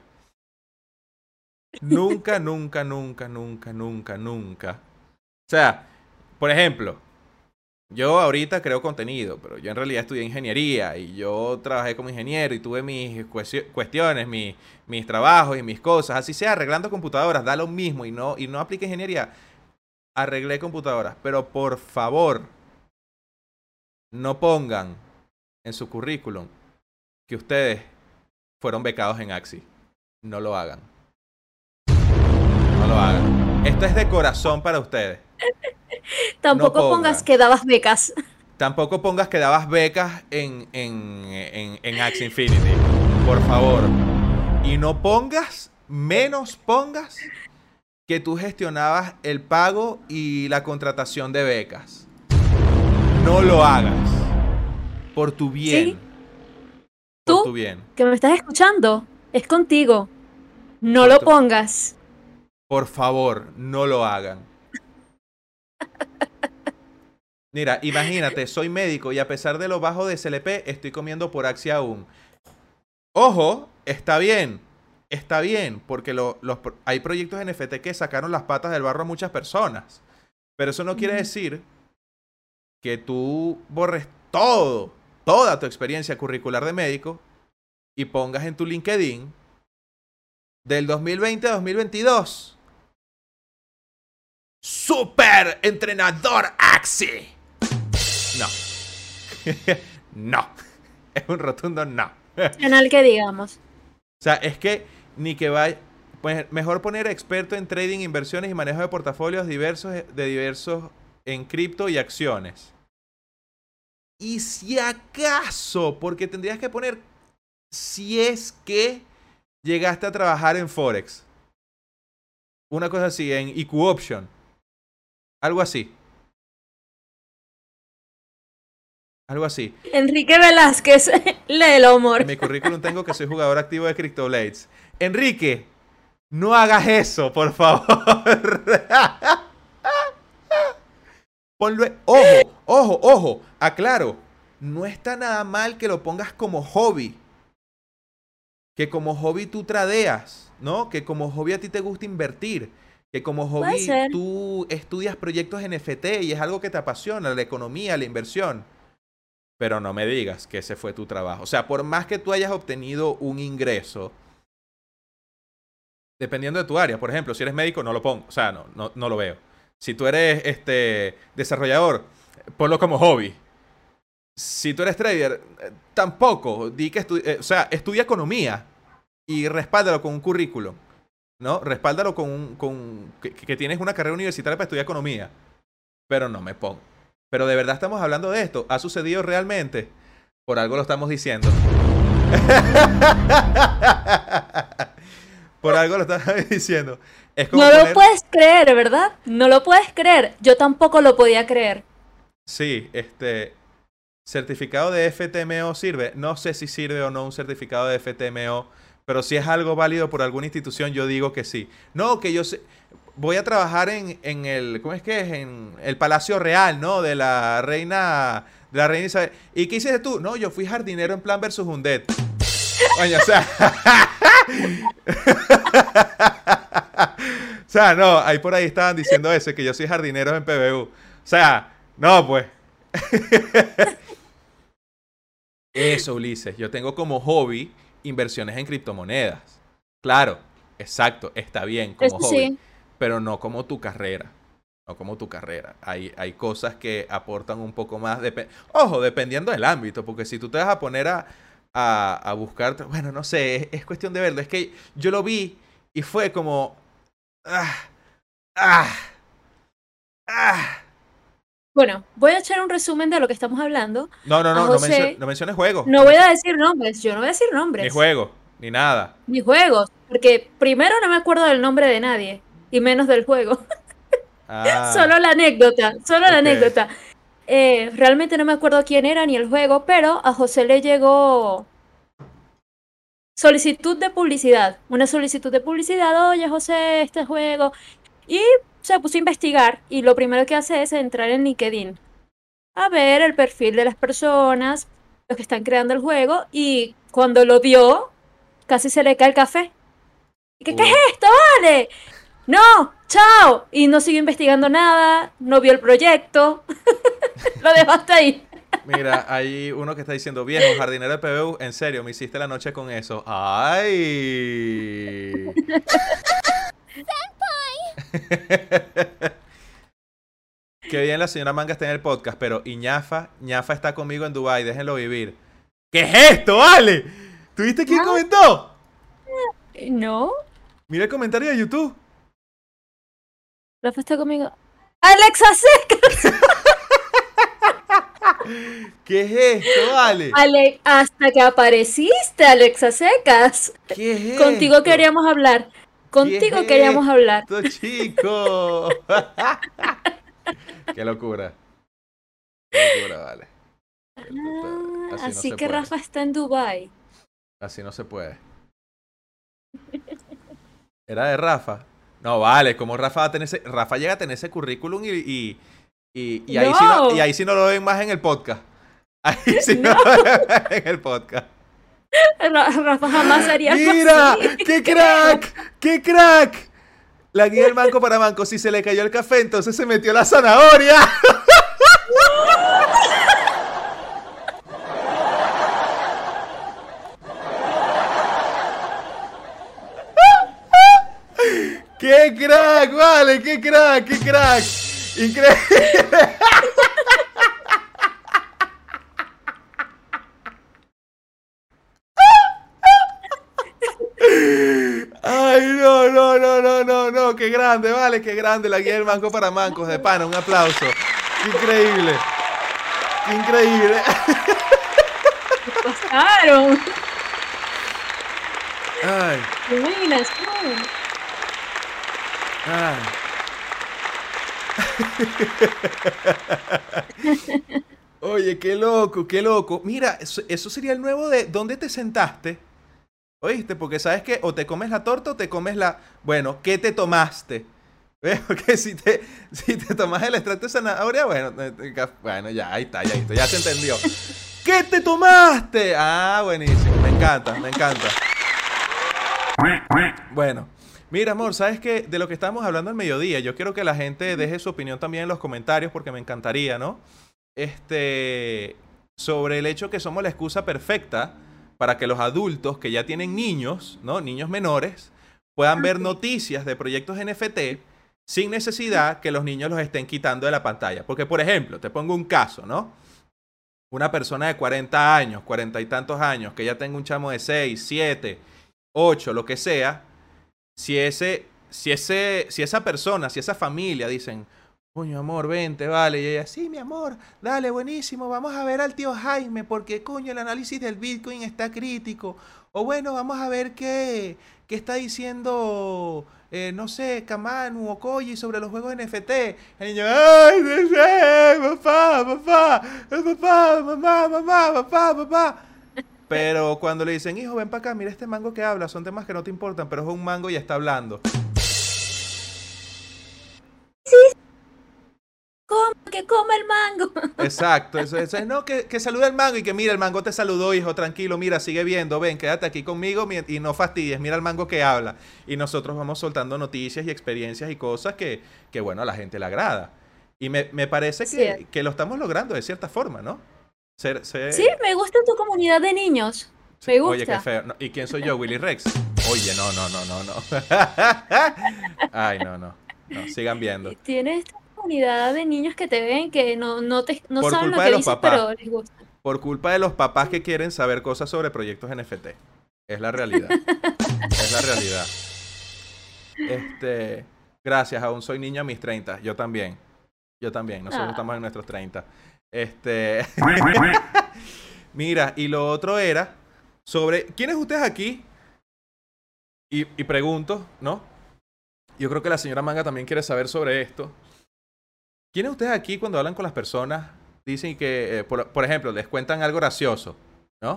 Nunca, nunca, nunca, nunca, nunca, nunca. O sea, por ejemplo, yo ahorita creo contenido, pero yo en realidad estudié ingeniería y yo trabajé como ingeniero y tuve mis cuestio- cuestiones, mis, mis trabajos y mis cosas. Así sea, arreglando computadoras, da lo mismo y no, y no aplique ingeniería. Arreglé computadoras, pero por favor, no pongan en su currículum que ustedes fueron becados en Axi. No lo hagan. No lo hagan. Esto es de corazón para ustedes. Tampoco No pongas pongan. que dabas becas. Tampoco pongas que dabas becas en, en, en, en Axie Infinity. Por favor. Y no pongas, menos pongas, que tú gestionabas el pago y la contratación de becas. No lo hagas. Por tu bien. ¿Sí? Por ¿Tú? tu bien. Que me estás escuchando. Es contigo. No Por lo tu- pongas. Por favor, no lo hagan. Mira, imagínate, soy médico y a pesar de lo bajo de C L P, estoy comiendo por Axi aún. Ojo, está bien. Está bien, porque lo- los, pro- hay proyectos N F T que sacaron las patas del barro a muchas personas. Pero eso no quiere Ujú. decir que tú borres todo, toda tu experiencia curricular de médico y pongas en tu LinkedIn del dos mil veinte a dos mil veintidós. ¡Super entrenador Axi! No. No. Es un rotundo no. Canal que digamos. O sea, es que ni que vaya. Pues mejor poner experto en trading, inversiones y manejo de portafolios diversos de diversos en cripto y acciones. Y si acaso, porque tendrías que poner si es que llegaste a trabajar en Forex. Una cosa así, en I Q Option. Algo así. Algo así. Enrique Velázquez, léelo, amor. En mi currículum tengo que soy jugador activo de CryptoBlades. Enrique, no hagas eso, por favor. Ponlo. en- Ojo, ojo, ojo. Aclaro. No está nada mal que lo pongas como hobby. Que como hobby tú tradeas, ¿no? Que como hobby a ti te gusta invertir. que como Puede hobby ser. tú estudias proyectos N F T y es algo que te apasiona, la economía, la inversión. Pero no me digas que ese fue tu trabajo. O sea, por más que tú hayas obtenido un ingreso, dependiendo de tu área, por ejemplo, si eres médico, no lo pongo. O sea, no, no, no lo veo. Si tú eres este, desarrollador, ponlo como hobby. Si tú eres trader, eh, tampoco. Di que estu eh, o sea, estudia economía y respáldalo con un currículum, ¿no? Respáldalo con un... Con, que, que tienes una carrera universitaria para estudiar economía. Pero no me pongo. Pero de verdad estamos hablando de esto. ¿Ha sucedido realmente? Por algo lo estamos diciendo. Por algo lo estamos diciendo. Es como No poner... lo puedes creer, ¿verdad? No lo puedes creer. Yo tampoco lo podía creer. Sí, este... certificado de F T M O sirve. No sé si sirve o no un certificado de F T M O. Pero si es algo válido por alguna institución, yo digo que sí. No, que yo sé... Voy a trabajar en, en el... ¿Cómo es que es? En el Palacio Real, ¿no? De la reina... De la reina Isabel. ¿Y qué hiciste tú? No, yo fui jardinero en Plan versus Undead. Oye, o sea... o sea, no. Ahí por ahí estaban diciendo eso, que yo soy jardinero en P B U. O sea, no, pues. Eso, Ulises. Yo tengo como hobby inversiones en criptomonedas. Claro, exacto. Está bien como Eso hobby. sí. Pero no como tu carrera. No como tu carrera. Hay, hay cosas que aportan un poco más. Dep Ojo, dependiendo del ámbito. Porque si tú te vas a poner a, a, a buscar... Bueno, no sé. Es, es cuestión de verlo. Es que yo lo vi y fue como... Ah, ah, ah. Bueno, voy a echar un resumen de lo que estamos hablando. No, no, A no. No, José, mencio no menciones juegos. no voy a decir nombres. Yo no voy a decir nombres. Ni juegos. Ni nada. Ni juegos. Porque primero no me acuerdo del nombre de nadie. Y menos del juego. Ah, Solo la anécdota. Solo la ok. anécdota. Eh, realmente no me acuerdo quién era ni el juego. Pero a José le llegó solicitud de publicidad. Una solicitud de publicidad. Oye, José, este juego. Y se puso a investigar. Y lo primero que hace es entrar en LinkedIn. A ver el perfil de las personas. Los que están creando el juego. Y cuando lo vio, casi se le cae el café. ¿Y que, qué es esto? ¡Vale! ¡No! ¡Chao! Y no siguió investigando nada. No vio el proyecto. Lo dejó hasta ahí. Mira, hay uno que está diciendo, viejo, jardinero de P B U, en serio, me hiciste la noche con eso. ¡Ay! Qué bien la señora Manga está en el podcast, pero y Ñafa, Ñafa está conmigo en Dubai, déjenlo vivir. ¿Qué es esto, vale? ¿Tuviste quién comentó? No. Mira el comentario de YouTube. Rafa está conmigo. ¡Alexa Secas! ¿Qué es esto, vale? Ale hasta que apareciste, Alexa Secas. ¿Qué es Contigo esto? queríamos hablar. Contigo ¿Qué es queríamos hablar. esto, chico? Qué locura. Qué locura, vale. Ah, Así no así se que puede. Rafa está en Dubai. Así no se puede. ¿Era de Rafa? No, vale, como Rafa va a tener ese... Rafa llega a tener ese currículum y... Y, y, y ahí, No. sí no, y ahí sí no lo ven más en el podcast. Ahí sí no, No. lo ven más en el podcast. Ra- Rafa jamás haría algo ¡Mira! así. ¡Qué crack! ¡Qué crack! La guía del banco para banco. Si se le cayó el café, entonces se metió la zanahoria. ¡Qué crack! Vale, qué crack, qué crack. Increíble. Ay, no, no, no, no, no, no, qué grande, vale, qué grande la guía del banco para mancos de pana, un aplauso. Qué increíble. Qué increíble. Pasaron. Ay, Qué imaginación. ay. Oye, qué loco, qué loco. Mira, eso, eso sería el nuevo de ¿dónde te sentaste? ¿Oíste? Porque sabes que o te comes la torta o te comes la... Bueno, ¿qué te tomaste? ¿Ves? Porque si te, si te tomas el extracto de zanahoria, bueno, bueno, ya, ahí está, ya, está, ya se entendió. ¿Qué te tomaste? Ah, buenísimo, me encanta, me encanta. Bueno, Mira, amor, ¿sabes qué? De lo que estábamos hablando al mediodía, yo quiero que la gente deje su opinión también en los comentarios porque me encantaría, ¿no? Este, sobre el hecho que somos la excusa perfecta para que los adultos que ya tienen niños, ¿no? Niños menores, puedan ver noticias de proyectos N F T sin necesidad que los niños los estén quitando de la pantalla. Porque, por ejemplo, te pongo un caso, ¿no? Una persona de cuarenta años, cuarenta y tantos años, que ya tenga un chamo de seis, siete, ocho, lo que sea, si ese, si ese, si esa persona, si esa familia dicen, coño, amor, vente, vale, y ella, sí, mi amor, dale, buenísimo, vamos a ver al tío Jaime, porque, coño, el análisis del Bitcoin está crítico. O bueno, vamos a ver qué, qué está diciendo, eh, no sé, Kamanu o Koji sobre los juegos N F T. El niño, ay, no sé, papá, papá, papá, mamá, mamá, papá, papá. Pero cuando le dicen, hijo, ven para acá, mira este mango que habla, son temas que no te importan, pero es un mango y está hablando. Coma, que coma el mango. Exacto, eso, eso es, no, que, que saluda el mango y que mira, el mango te saludó, hijo, tranquilo, mira, sigue viendo, ven, quédate aquí conmigo mi- y no fastidies, mira el mango que habla. Y nosotros vamos soltando noticias y experiencias y cosas que, que bueno, a la gente le agrada. Y me, me parece que, Sí. que lo estamos logrando de cierta forma, ¿no? Ser, ser- Sí, me gusta tu comunidad de niños. Me gusta. Oye, qué feo. No, ¿y quién soy yo, Willy Rex? Oye, no, no, no, no, no. Ay, no, no. No, sigan viendo. Tienes esta comunidad de niños que te ven, que no, no, te, no Por saben lo culpa que de los dices, papás. pero les gusta. Por culpa de los papás que quieren saber cosas sobre proyectos N F T. Es la realidad. Es la realidad. Este, gracias, aún soy niño a mis treinta. Yo también. Yo también. Nosotros Ah. estamos en nuestros treinta. Este, mira, y lo otro era sobre ¿quiénes ustedes aquí? Y, y pregunto, ¿no? Yo creo que la señora Manga también quiere saber sobre esto. ¿Quiénes ustedes aquí cuando hablan con las personas dicen que, eh, por, por ejemplo, les cuentan algo gracioso, ¿no?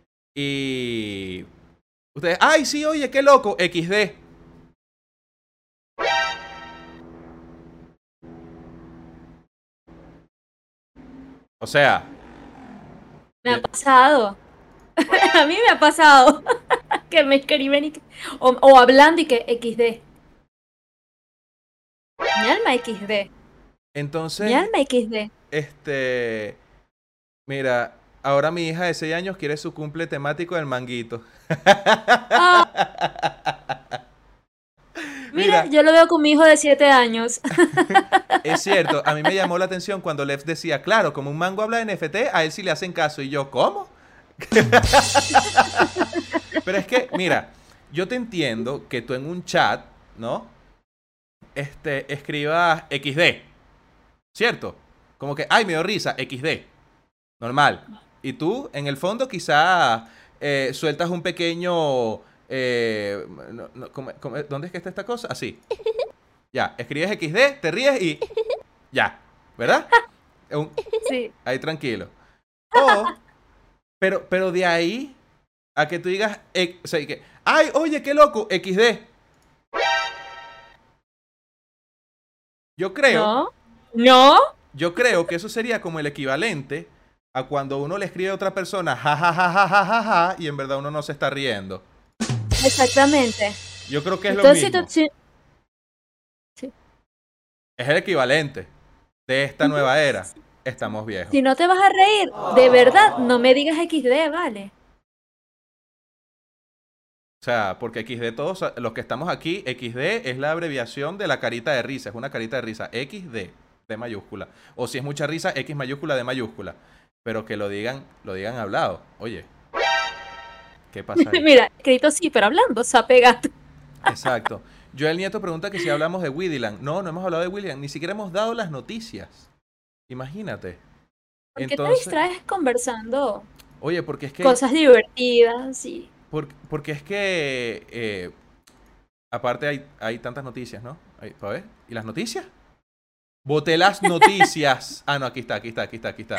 Y ustedes, ay, sí, oye, qué loco, equis de. O sea, Me ha pasado. A mí me ha pasado. Que me escriben y que... O, o hablando y que equis de. Mi alma equis de. entonces, Mi alma equis de. este, mira, ahora mi hija de seis años quiere su cumple temático del manguito. Ah, mira, Mira. yo lo veo con mi hijo de siete años. Es cierto, a mí me llamó la atención cuando Lev decía, claro, como un mango habla de N F T, a él sí le hacen caso. Y yo, ¿cómo? Pero es que, mira, yo te entiendo que tú en un chat, ¿no? Este, escribas equis de, ¿cierto? Como que, ay, me dio risa, equis de. Normal. Y tú, en el fondo, quizá eh, sueltas un pequeño... eh, no- no, ¿cómo- cómo- ¿Dónde es que está esta cosa? Así. Ya, escribes equis de, te ríes y... Ya, ¿verdad? Un- Sí. ahí tranquilo. O, pero, pero de ahí a que tú digas, eh, o sea, que, ay, oye, qué loco, equis de. Yo creo, ¿No? ¿No? yo creo que eso sería como el equivalente a cuando uno le escribe a otra persona, ja, ja, ja, ja, ja, ja, ja, y en verdad uno no se está riendo. Exactamente. Yo creo que es Entonces, lo mismo. tú- sí, Es el equivalente de esta nueva era. Estamos viejos. si no te vas a reír, de verdad, no me digas equis de, ¿vale? O sea, porque equis de todos los que estamos aquí, equis de es la abreviación de la carita de risa, es una carita de risa, equis de, de mayúscula. O si es mucha risa, X mayúscula, de mayúscula. Pero que lo digan, lo digan hablado. Oye, ¿qué pasa ahí? Mira, escrito sí, pero hablando, sape gato. Exacto. Joel Nieto pregunta que si hablamos de Widiland. No, no hemos hablado de Widiland, ni siquiera hemos dado las noticias. Imagínate. ¿Por qué te Entonces, distraes conversando oye, porque es que... cosas divertidas y... Por- porque es que, eh, aparte hay, hay tantas noticias, ¿no? Ahí, ¿para ver? ¿Y las noticias? Boté las noticias. Ah, no, aquí está, aquí está, aquí está, aquí está.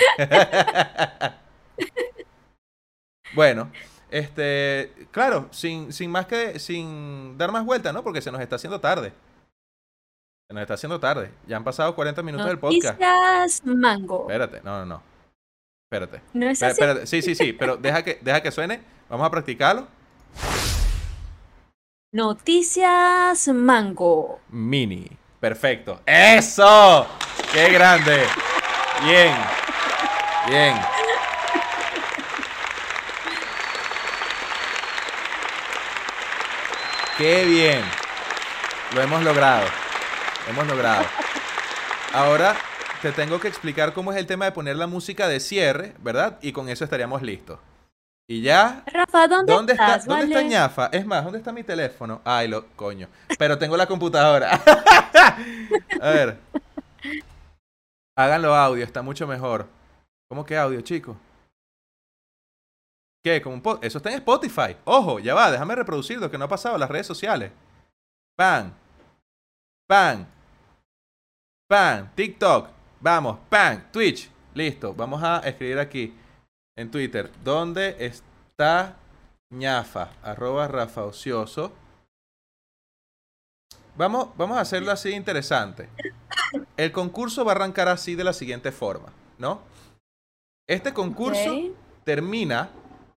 Bueno, este, claro, sin, sin más que, sin dar más vueltas, ¿no? Porque se nos está haciendo tarde. Se nos está haciendo tarde. Ya han pasado cuarenta minutos del podcast. Noticias mango. Espérate, no, no, no. Espérate. ¿No es Espera- así? espérate. Sí, sí, sí, pero deja que, deja que suene. Vamos a practicarlo. Noticias Mango. Mini. Perfecto. ¡Eso! ¡Qué grande! Bien. Bien. ¡Qué bien! Lo hemos logrado. Lo hemos logrado. Ahora te tengo que explicar cómo es el tema de poner la música de cierre, ¿verdad? Y con eso estaríamos listos. Y ya. Rafa, ¿dónde, ¿Dónde está, estás? ¿dónde está Vale. ñafa? Es más, ¿dónde está mi teléfono? Ay, lo coño. Pero tengo la computadora. A ver. Háganlo audio, está mucho mejor. ¿Cómo que audio, chicos? ¿Qué? ¿Como un pod- Eso está en Spotify. Ojo, ya va, déjame reproducir lo que no ha pasado en las redes sociales. Pan. Pan. Pan. TikTok. Vamos. Pan. Twitch. Listo. Vamos a escribir aquí en Twitter. ¿Dónde está ñafa? Arroba Rafa Ocioso. Vamos, vamos a hacerlo así interesante. El concurso va a arrancar así de la siguiente forma, ¿no? Este concurso Ok. termina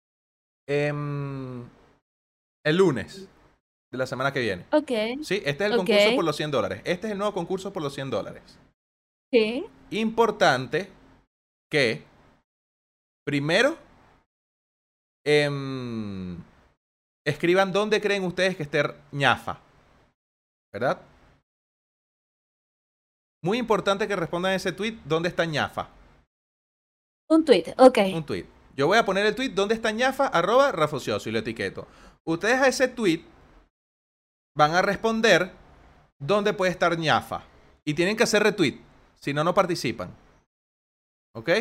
em, el lunes de la semana que viene. Ok. Sí, este es el Ok. concurso por los cien dólares. Este es el nuevo concurso por los cien dólares. Sí. Importante que primero em, escriban dónde creen ustedes que esté ñafa, ¿verdad? Muy importante que respondan ese tweet dónde está ñafa. Un tweet. Ok. Un tweet. Yo voy a poner el tweet dónde está ñafa, arroba Rafa Ocioso y lo etiqueto. Ustedes a ese tweet van a responder dónde puede estar ñafa. Y tienen que hacer retweet. Si no, no participan. ¿Ok?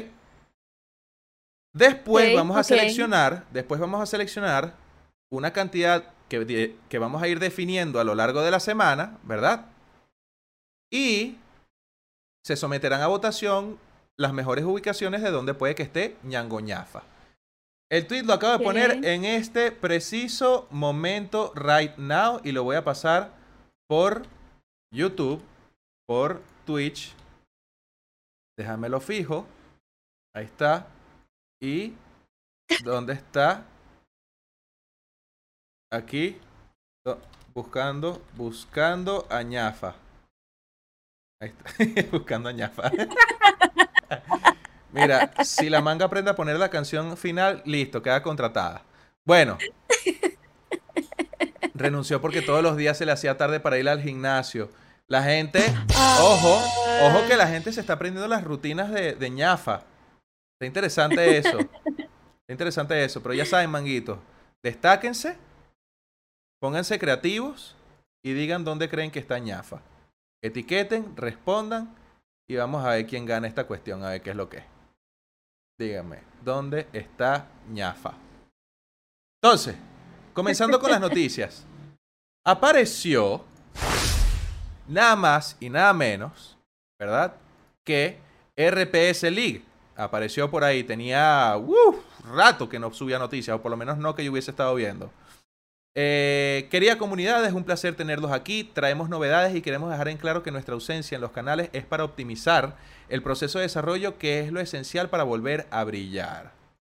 Después Ok, vamos a ok. seleccionar. Después vamos a seleccionar una cantidad que, de- que vamos a ir definiendo a lo largo de la semana, ¿verdad? Y se someterán a votación las mejores ubicaciones de donde puede que esté ñango ñafa. El tweet lo acabo de Ok. poner en este preciso momento, right now, y lo voy a pasar por YouTube, por Twitch. Déjamelo fijo. Ahí está. ¿Y dónde está? Aquí. Do- Buscando, buscando a ñafa. Ahí está. Buscando a ñafa. Mira, si la manga aprende a poner la canción final, listo, queda contratada. Bueno, renunció porque todos los días se le hacía tarde para ir al gimnasio. La gente, ojo, ojo que la gente se está aprendiendo las rutinas de, de ñafa. Está interesante eso. Está interesante eso, pero ya saben, manguitos, destáquense, pónganse creativos y digan dónde creen que está ñafa. Etiqueten, respondan y vamos a ver quién gana esta cuestión, a ver qué es lo que es. Díganme, ¿dónde está ñafa? Entonces, comenzando con las noticias. Apareció nada más y nada menos, ¿verdad? Que R P S League. Apareció por ahí, tenía uf, rato que no subía noticias, o por lo menos no que yo hubiese estado viendo. Eh, querida comunidad, es un placer tenerlos aquí. Traemos novedades y queremos dejar en claro que nuestra ausencia en los canales es para optimizar el proceso de desarrollo, que es lo esencial para volver a brillar.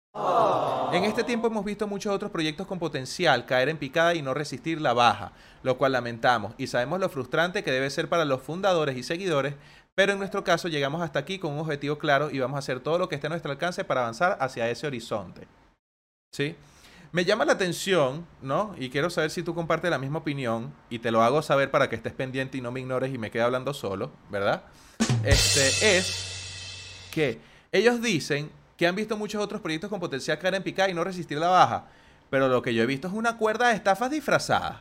En este tiempo hemos visto muchos otros proyectos con potencial caer en picada y no resistir la baja, lo cual lamentamos y sabemos lo frustrante que debe ser para los fundadores y seguidores, pero en nuestro caso llegamos hasta aquí con un objetivo claro y vamos a hacer todo lo que esté a nuestro alcance para avanzar hacia ese horizonte. ¿Sí? Me llama la atención, ¿no? Y quiero saber si tú compartes la misma opinión y te lo hago saber para que estés pendiente y no me ignores y me quede hablando solo, ¿verdad? Este es que ellos dicen que han visto muchos otros proyectos con potencial caer en picada y no resistir la baja, pero lo que yo he visto es una cuerda de estafas disfrazada.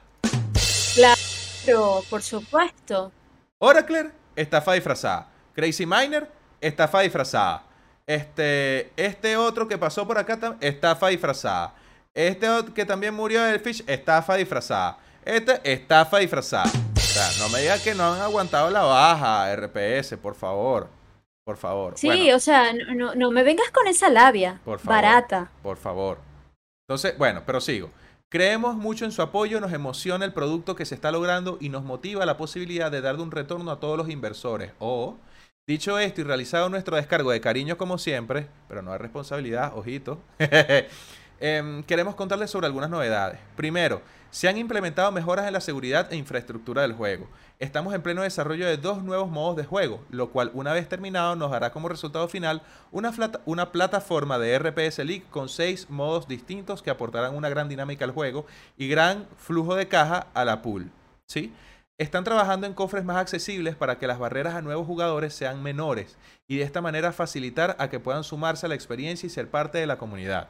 Claro, por supuesto. Oracle, estafa disfrazada. Crazy Miner, estafa disfrazada. Este, este otro que pasó por acá, tam- estafa disfrazada. Este otro que también murió del Fish, estafa disfrazada. Este, estafa disfrazada. O sea, no me digan que no han aguantado la baja, R P S, por favor. Por favor. Sí, Bueno, o sea, no, no, no me vengas con esa labia. por favor. Barata. Por favor. Entonces, bueno, pero sigo. Creemos mucho en su apoyo, nos emociona el producto que se está logrando y nos motiva la posibilidad de darle un retorno a todos los inversores. O, dicho esto y realizado nuestro descargo de cariño como siempre, pero no hay responsabilidad, ojito, Eh, queremos contarles sobre algunas novedades. Primero, se han implementado mejoras en la seguridad e infraestructura del juego. Estamos en pleno desarrollo de dos nuevos modos de juego, lo cual una vez terminado nos dará como resultado final una, una plataforma de R P S League con seis modos distintos que aportarán una gran dinámica al juego y gran flujo de caja a la pool. ¿Sí? Están trabajando en cofres más accesibles para que las barreras a nuevos jugadores sean menores y de esta manera facilitar a que puedan sumarse a la experiencia y ser parte de la comunidad.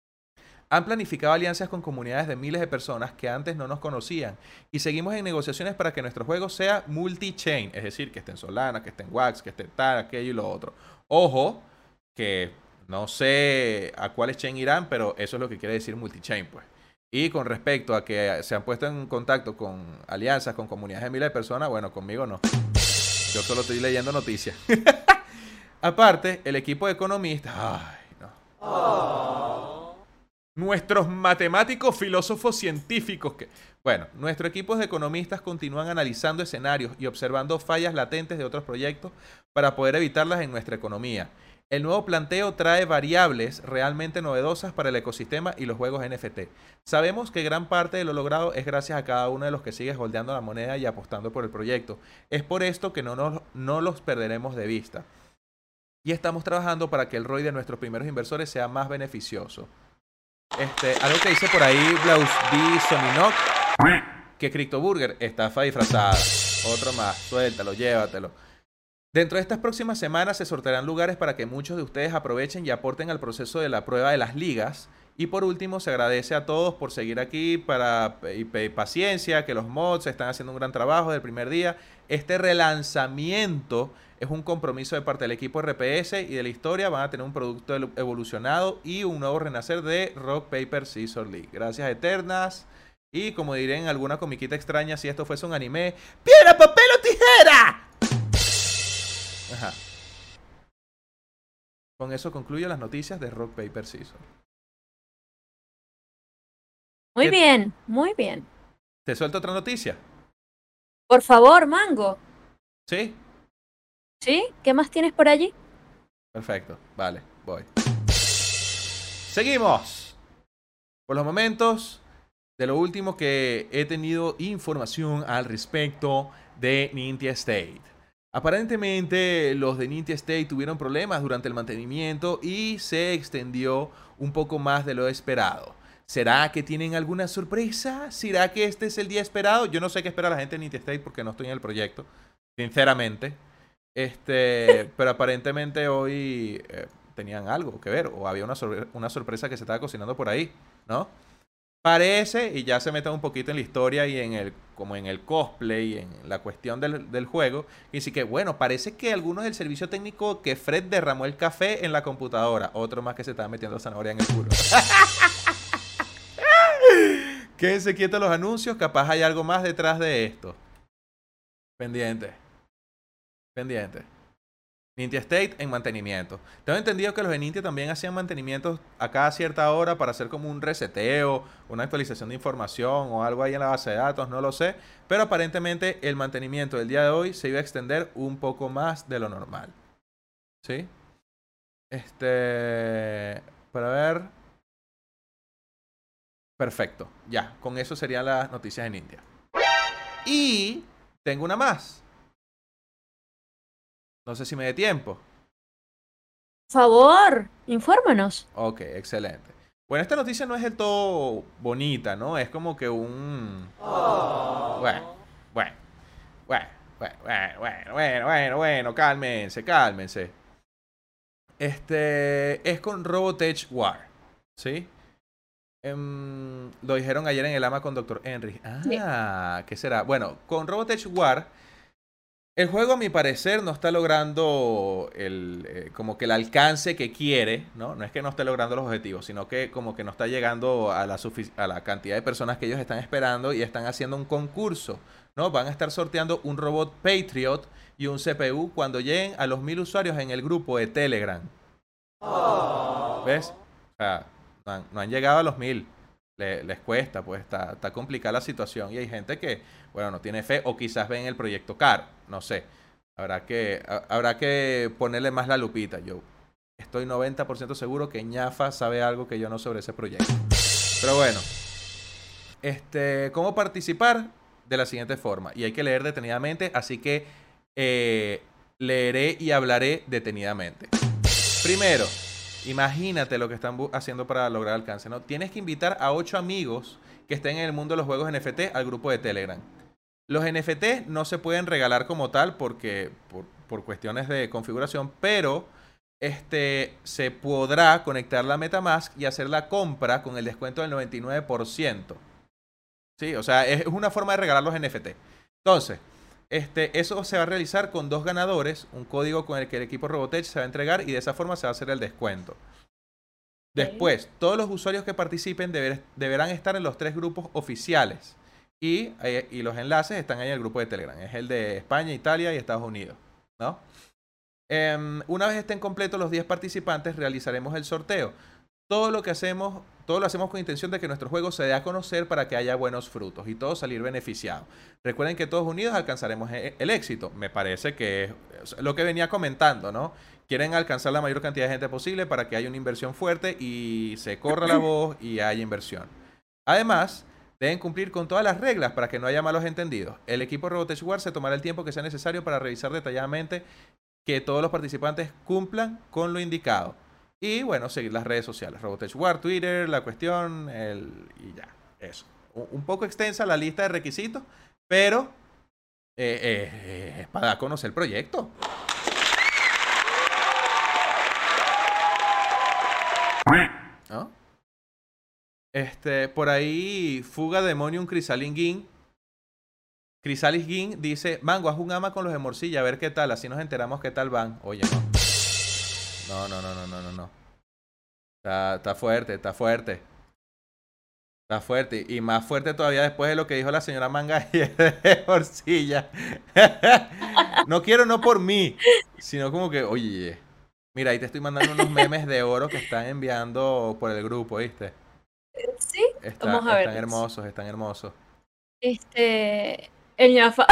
Han planificado alianzas con comunidades de miles de personas que antes no nos conocían y seguimos en negociaciones para que nuestro juego sea multi-chain, es decir, que esté en Solana, que esté en Wax, que esté en tal, aquello y lo otro. Ojo, que no sé a cuáles chain irán, pero eso es lo que quiere decir multi-chain, pues. Y con respecto a que se han puesto en contacto con alianzas, con comunidades de miles de personas, bueno, conmigo no. Yo solo estoy leyendo noticias. Aparte, el equipo de economistas... Ay, no. Oh. Nuestros matemáticos, filósofos, científicos que... Bueno, nuestro equipo de economistas continúan analizando escenarios y observando fallas latentes de otros proyectos para poder evitarlas en nuestra economía. El nuevo planteo trae variables realmente novedosas para el ecosistema y los juegos N F T. Sabemos que gran parte de lo logrado es gracias a cada uno de los que sigue holdeando la moneda y apostando por el proyecto. Es por esto que no, nos, no los perderemos de vista. Y estamos trabajando para que el R O I de nuestros primeros inversores sea más beneficioso. Este, algo que dice por ahí Blaus D. Sominok, que CryptoBurger estafa disfrazada. Otro más, suéltalo, llévatelo. Dentro de estas próximas semanas se sortearán lugares para que muchos de ustedes aprovechen y aporten al proceso de la prueba de las ligas. Y por último, se agradece a todos por seguir aquí para y pedir paciencia, que los mods están haciendo un gran trabajo del primer día. Este relanzamiento es un compromiso de parte del equipo R P S y de la historia. Van a tener un producto evolucionado y un nuevo renacer de Rock Paper Scissors League. Gracias eternas. Y como diré en alguna comiquita extraña, si esto fuese un anime, ¡piedra, papel o tijera! Ajá. Con eso concluyo las noticias de Rock Paper Scissors. Muy ¿Qué? bien, muy bien. ¿Te suelto otra noticia? Por favor, Mango. ¿Sí? ¿Sí? ¿Qué más tienes por allí? Perfecto, vale, voy. Seguimos. Por los momentos, de lo último que he tenido información al respecto de Ninja State. Aparentemente los de Ninja State tuvieron problemas durante el mantenimiento y se extendió un poco más de lo esperado. ¿Será que tienen alguna sorpresa? ¿Será que este es el día esperado? Yo no sé qué espera la gente de Ninja State porque no estoy en el proyecto, sinceramente. Este, pero aparentemente hoy eh, tenían algo que ver o había una, sor una sorpresa que se estaba cocinando por ahí, ¿no? Parece, y ya se meten un poquito en la historia y en el, como en el cosplay y en la cuestión del, del juego, y así que, bueno, parece que algunos del servicio técnico que Fred derramó el café en la computadora, otro más que se estaba metiendo zanahoria en el culo. Quédense quietos los anuncios, capaz hay algo más detrás de esto. Pendiente. Pendiente. Ninja State en mantenimiento. Tengo entendido que los de Ninja también hacían mantenimientos a cada cierta hora para hacer como un reseteo, una actualización de información o algo ahí en la base de datos, no lo sé. Pero aparentemente el mantenimiento del día de hoy se iba a extender un poco más de lo normal. ¿Sí? Este... Para ver... Perfecto. Ya, con eso serían las noticias de Ninja. Y tengo una más. No sé si me dé tiempo. Por favor, infórmanos. Ok, excelente. Bueno, esta noticia no es del todo bonita, ¿no? Es como que un... Oh. Bueno, bueno, bueno, bueno, bueno, bueno, bueno, bueno, cálmense, cálmense. Este es con Robotech War, ¿sí? Um, lo dijeron ayer en el ama con doctor Henry. Ah, sí. ¿Qué será? Bueno, con Robotech War... El juego, a mi parecer, no está logrando el, eh, como que el alcance que quiere, ¿no? No es que no esté logrando los objetivos, sino que como que no está llegando a la, a la cantidad de personas que ellos están esperando y están haciendo un concurso, ¿no? Van a estar sorteando un robot Patriot y un C P U cuando lleguen a los mil usuarios en el grupo de Telegram. Oh. ¿Ves? O sea, no han, no han llegado a los mil. Le, les cuesta, pues está, está complicada la situación y hay gente que, bueno, no tiene fe o quizás ven el proyecto caro, no sé. Habrá que, ha, habrá que ponerle más la lupita. Yo estoy noventa por ciento seguro que Ñafa sabe algo que yo no sobre ese proyecto. Pero bueno, este, ¿cómo participar? De la siguiente forma, y hay que leer detenidamente, así que eh, leeré y hablaré detenidamente. Primero, imagínate lo que están haciendo para lograr alcance, ¿no? Tienes que invitar a ocho amigos que estén en el mundo de los juegos N F T al grupo de Telegram. Los N F T no se pueden regalar como tal porque por, por cuestiones de configuración, pero este, se podrá conectar la MetaMask y hacer la compra con el descuento del noventa y nueve por ciento. Sí, o sea, es una forma de regalar los N F T. Entonces, este, eso se va a realizar con dos ganadores, un código con el que el equipo Robotech se va a entregar y de esa forma se va a hacer el descuento. Después, todos los usuarios que participen deber, deberán estar en los tres grupos oficiales. Y, y los enlaces están ahí en el grupo de Telegram. Es el de España, Italia y Estados Unidos, ¿no? Eh, una vez estén completos los diez participantes, realizaremos el sorteo. Todo lo que hacemos, todo lo hacemos con intención de que nuestro juego se dé a conocer para que haya buenos frutos y todos salir beneficiados. Recuerden que todos unidos alcanzaremos el éxito. Me parece que es lo que venía comentando, ¿no? Quieren alcanzar la mayor cantidad de gente posible para que haya una inversión fuerte y se corra la voz y haya inversión. Además, deben cumplir con todas las reglas para que no haya malos entendidos. El equipo Robotech War se tomará el tiempo que sea necesario para revisar detalladamente que todos los participantes cumplan con lo indicado. Y bueno, seguir las redes sociales. Robotech War, Twitter, la cuestión, el... y ya, eso. Un poco extensa la lista de requisitos, pero eh, eh, es para conocer el proyecto. ¿No? Este, por ahí, Fuga Demonium Chrysalis Gin. Chrysalis Gin dice: Mango, haz un ama con los de morcilla, a ver qué tal, así nos enteramos qué tal van. Oye, no. No, no, no, no, no, no, no. Está, está fuerte, está fuerte. Está fuerte. Y más fuerte todavía después de lo que dijo la señora Manga de morcilla. No quiero no por mí, sino como que, oye, mira, ahí te estoy mandando unos memes de oro que están enviando por el grupo, ¿viste? Sí, Está, vamos a ver. Están hermosos, están hermosos. Este, el Ñafa.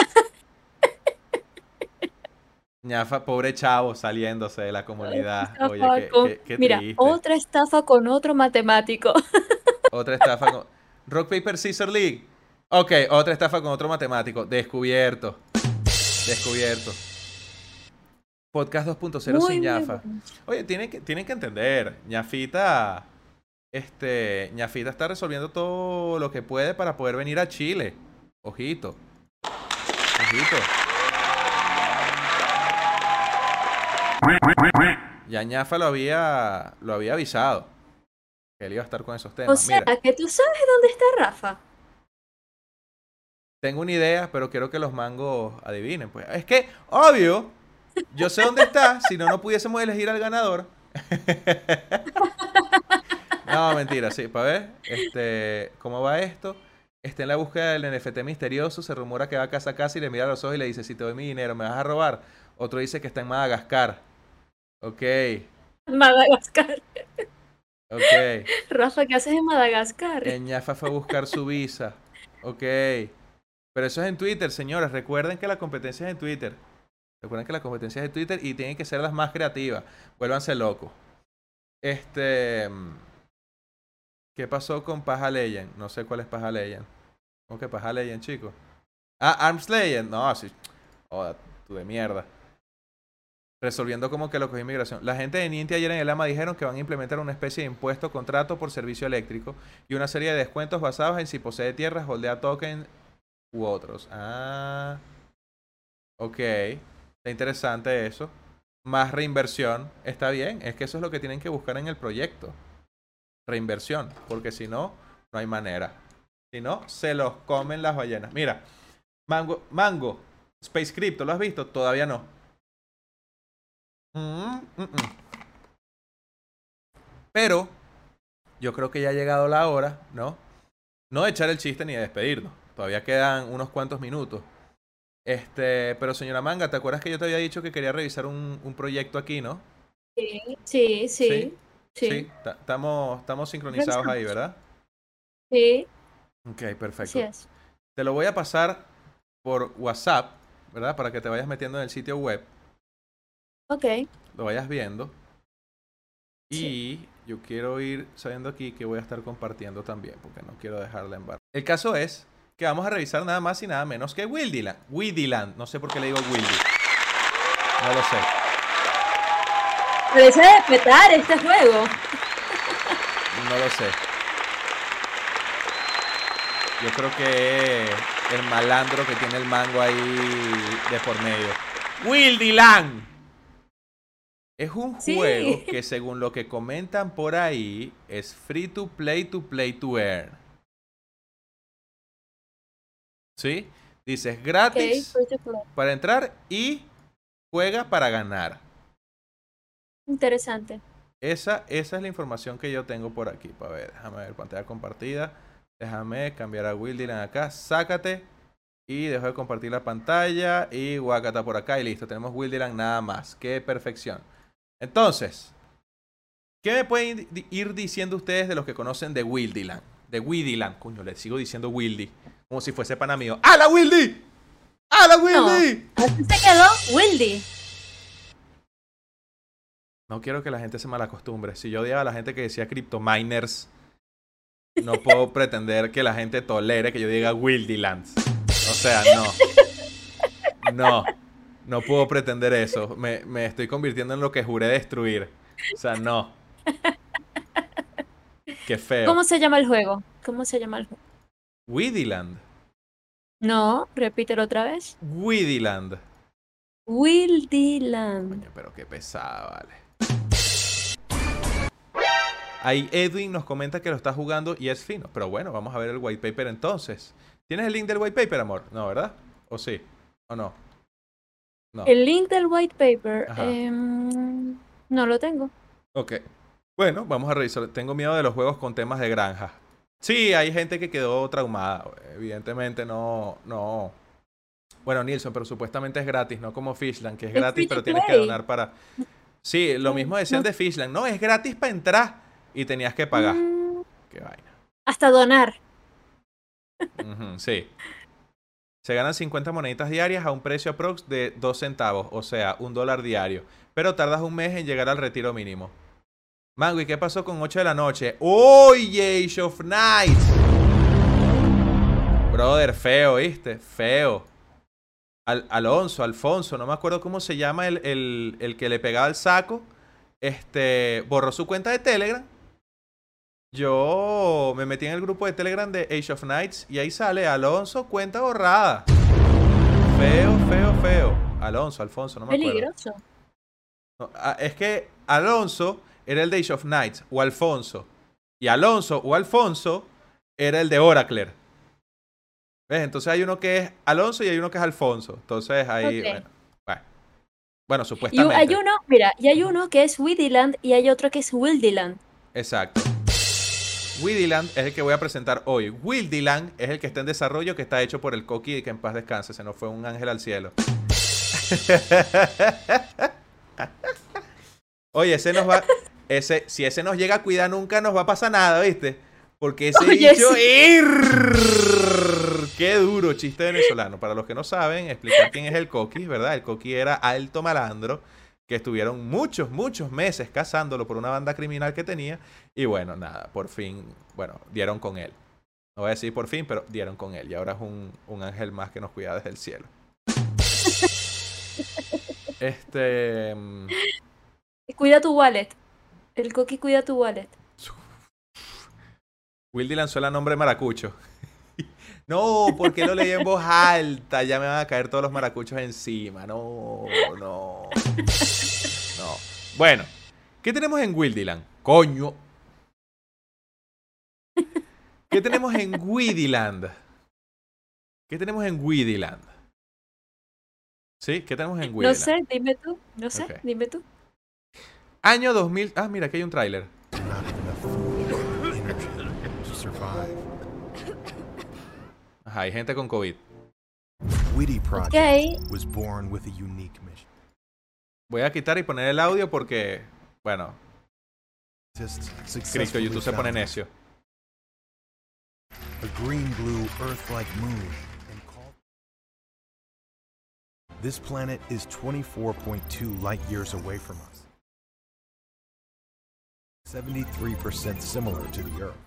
Ñafa, pobre chavo, saliéndose de la comunidad. Estafa Oye, qué, con- qué, qué Mira, triste. otra estafa con otro matemático. Otra estafa con... Rock, Paper, Scissors League. Ok, otra estafa con otro matemático. Descubierto. Descubierto. Podcast dos punto cero Muy, sin muy Ñafa. bueno. Oye, tienen que, tienen que entender. Ñafita... Este... Ñafita está resolviendo todo lo que puede para poder venir a Chile. Ojito. Ojito. Ya Ñafa lo había... Lo había avisado. Que él iba a estar con esos O temas. sea, Mira, que tú sabes dónde está Rafa. tengo una idea, pero quiero que los mangos adivinen. Pues es que, obvio, yo sé dónde está, si no, no pudiésemos elegir al ganador. No, mentira, sí, para ver, este, ¿cómo va esto? Está en la búsqueda del N F T misterioso, se rumora que va casa a casa y le mira a los ojos y le dice: si te doy mi dinero, ¿me vas a robar? Otro dice que está en Madagascar. Ok, Madagascar. ok. Rafa, ¿qué haces en Madagascar? El Ñafa fue a buscar su visa. Ok. Pero eso es en Twitter, señores. Recuerden que la competencia es en Twitter. Recuerden que la competencia es en Twitter y tienen que ser las más creativas. Vuélvanse locos. Este... ¿Qué pasó con Paja Legend? No sé cuál es Paja Legend. ¿Cómo que Paja Legend, chicos? Ah, Arms Legend. No, sí. Joda, tú de mierda. Resolviendo como que lo cogí inmigración. La gente de Ninti ayer en el AMA dijeron que van a implementar una especie de impuesto contrato por servicio eléctrico y una serie de descuentos basados en si posee tierras, holdea token u otros. Ah. Ok. Está interesante eso. Más reinversión. Está bien. Es que eso es lo que tienen que buscar en el proyecto. Reinversión. Porque si no, no hay manera. Si no, se los comen las ballenas. Mira. Mango. Mango. Space Crypto. ¿Lo has visto? Todavía no. Mm, mm, mm. Pero yo creo que ya ha llegado la hora, ¿no? No de echar el chiste ni de despedirnos. Todavía quedan unos cuantos minutos. Este, pero señora Manga, ¿te acuerdas que yo te había dicho que quería revisar un, un proyecto aquí, ¿no? Sí, sí, sí. Sí, Sí, estamos estamos sincronizados ahí, ¿verdad? sí, Ok, perfecto. así es. Te lo voy a pasar por WhatsApp, ¿verdad? Para que te vayas metiendo en el sitio web, Ok. lo vayas viendo. Y yo quiero ir sabiendo aquí que voy a estar compartiendo también, porque no quiero dejarla en bar. El caso es que vamos a revisar nada más y nada menos que Wildyland. Wildyland. No sé por qué le digo Wildy. No lo sé. Parece de petar este juego. No lo sé. Yo creo que el malandro que tiene el mango ahí de por medio. Wildyland. Es un Sí. juego que según lo que comentan por ahí es free to play to play to earn. ¿Sí? Dices gratis Ok, free to play. para entrar y juega para ganar. Interesante. Esa, esa es la información que yo tengo por aquí. Para ver, déjame ver, pantalla compartida. Déjame cambiar a Wildyland acá. Sácate. Y dejo de compartir la pantalla. Y Wakata por acá. Y listo. Tenemos Wildyland nada más. ¡Qué perfección! Entonces, ¿qué me pueden ir diciendo ustedes de los que conocen de Wildyland? De Wildyland. Coño, le sigo diciendo Wildy. Como si fuese pana mío. ¡Hala, Wildy! ¡Hala, Wildy! No, así se quedó Wildy. No quiero que la gente se malacostumbre. Si yo odiaba a la gente que decía cryptominers, no puedo pretender que la gente tolere que yo diga Wildylands. O sea, no. No. No puedo pretender eso. Me, me estoy convirtiendo en lo que juré destruir. O sea, no. Qué feo. ¿Cómo se llama el juego? ¿Cómo se llama el juego? Wildyland. No, repítelo otra vez. Wildyland. Wildyland. Coño, pero qué pesada, vale. Ahí Edwin nos comenta que lo está jugando y es fino. Pero bueno, vamos a ver el white paper entonces. ¿Tienes el link del white paper, amor? No, ¿verdad? ¿O sí? ¿O no? No. El link del white paper. Ajá. Eh, no lo tengo. Ok. Bueno, vamos a revisar. Tengo miedo de los juegos con temas de granja. Sí, hay gente que quedó traumada. Evidentemente no... no. Bueno, Nilsson, pero supuestamente es gratis, no como Fishland, que es Es gratis, free to pero tienes que play. donar para... Sí, lo mismo decían No. de Fishland. No, es gratis para entrar y tenías que pagar. Mm, Qué vaina. hasta donar. Ujú, sí. Se ganan cincuenta moneditas diarias a un precio aprox de dos centavos, o sea, un dólar diario. Pero tardas un mes en llegar al retiro mínimo. Mango, ¿y qué pasó con ocho de la noche? ¡Oye, Age of Nights! Brother, feo, ¿viste? Feo. Al Alonso, Alfonso, no me acuerdo cómo se llama el, el, el que le pegaba el saco. Este, borró su cuenta de Telegram. Yo me metí en el grupo de Telegram de Age of Nights y ahí sale Alonso, cuenta borrada. Feo, feo, feo. Alonso, Alfonso, no me acuerdo. Peligroso. No, ah, es que Alonso era el de Age of Nights o Alfonso. Y Alonso o Alfonso era el de Oracle. ¿Ves? Entonces hay uno que es Alonso y hay uno que es Alfonso. Entonces ahí, Ok. bueno, bueno. Bueno, Y supuestamente. hay uno, mira, y hay uno que es Wildyland y hay otro que es Wildyland. Exacto. Wildyland es el que voy a presentar hoy. Wildyland es el que está en desarrollo, que está hecho por el Coqui y que en paz descanse. Se nos fue un ángel al cielo. Oye, ese nos va... Ese, si ese nos llega a cuidar nunca nos va a pasar nada, ¿viste? Porque ese Oye, bicho... sí. ¡Irrrr! ¡Qué duro! Chiste venezolano. Para los que no saben, explicar quién es el Coqui, ¿verdad? El Coqui era alto malandro, que estuvieron muchos, muchos meses cazándolo por una banda criminal que tenía. Y bueno, nada, por fin, bueno, dieron con él. No voy a decir por fin, pero dieron con él. Y ahora es un, un ángel más que nos cuida desde el cielo. Este... mm, Cuida tu wallet. El Coqui cuida tu wallet. Wildy lanzó el nombre maracucho. No, porque lo leí en voz alta. Ya me van a caer todos los maracuchos encima. No, no. No. Bueno, ¿qué tenemos en Wildyland? Coño. ¿Qué tenemos en Wildyland? ¿Qué tenemos en Wildyland? ¿Sí? ¿Qué tenemos en No Wildyland? sé, dime tú. No sé, Ok. dime tú. Año dos mil... Ah, mira, aquí hay un tráiler. Not enough food or energy to survive. Ajá, hay gente con COVID. Witty Project Ok. was born with a unique mission. Voy a quitar y poner el audio porque... Bueno, Scientists Cristo, successfully YouTube se pone found necio. a green blue Earth-like moon and called. This planet is twenty-four point two light years away from us. seventy-three percent similar to the Earth.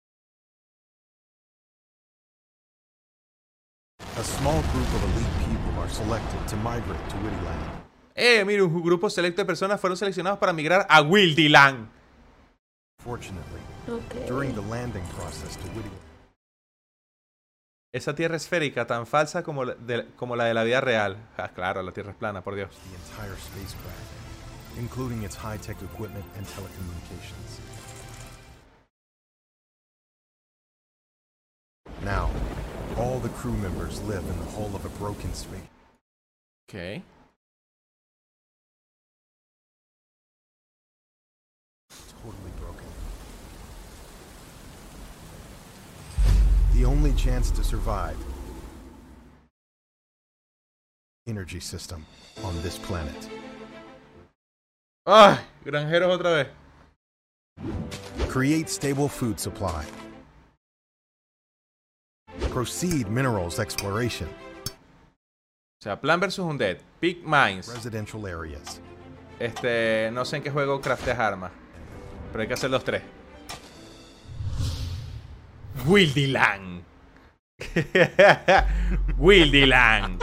A small group of elite people are selected to migrate to Whittyland. Eh, mira, un grupo selecto de personas fueron seleccionados para migrar a Wildyland. Fortunately, Ok. during the landing process to Whittyland, Esa tierra esférica tan falsa como la de, como la de la vida real. Ah, claro, la tierra es plana, por Dios. the entire spacecraft, including its high-tech equipment and telecommunications. Now, all the crew members live in the hull of a broken space. Ok. Totally broken. The only chance to survive. Energy system on this planet. ¡Ay! Granjeros otra vez. Create stable food supply. Proceed minerals exploration. O sea, Plan versus Undead. Pick Mines. Residential areas. Este, no sé en qué juego crafteas armas. Pero hay que hacer los tres. Wildyland. Wildyland.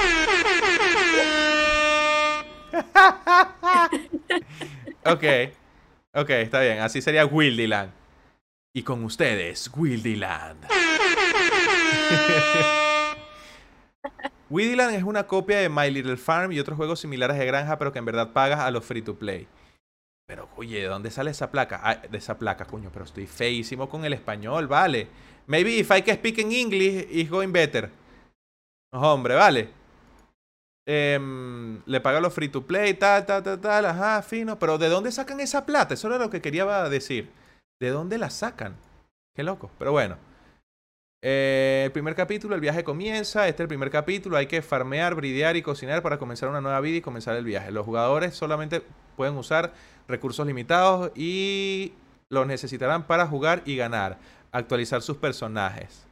Ok. Ok, está bien. Así sería Wildyland. Y con ustedes, Wildyland. Wildyland es una copia de My Little Farm y otros juegos similares de granja, pero que en verdad pagas a los free to play. Pero, oye, ¿de dónde sale esa placa? Ah, de esa placa, coño, pero estoy feísimo con el español, vale. Maybe if I can speak in English, it's going better. No, hombre, vale. Em, le paga los free to play, tal, tal, tal, tal, ajá, fino. Pero ¿de dónde sacan esa plata? Eso era lo que quería decir. ¿De dónde la sacan? Qué loco, pero bueno. Eh, el primer capítulo, el viaje comienza. Este es el primer capítulo. Hay que farmear, bridear y cocinar para comenzar una nueva vida y comenzar el viaje. Los jugadores solamente pueden usar recursos limitados y los necesitarán para jugar y ganar. Actualizar sus personajes.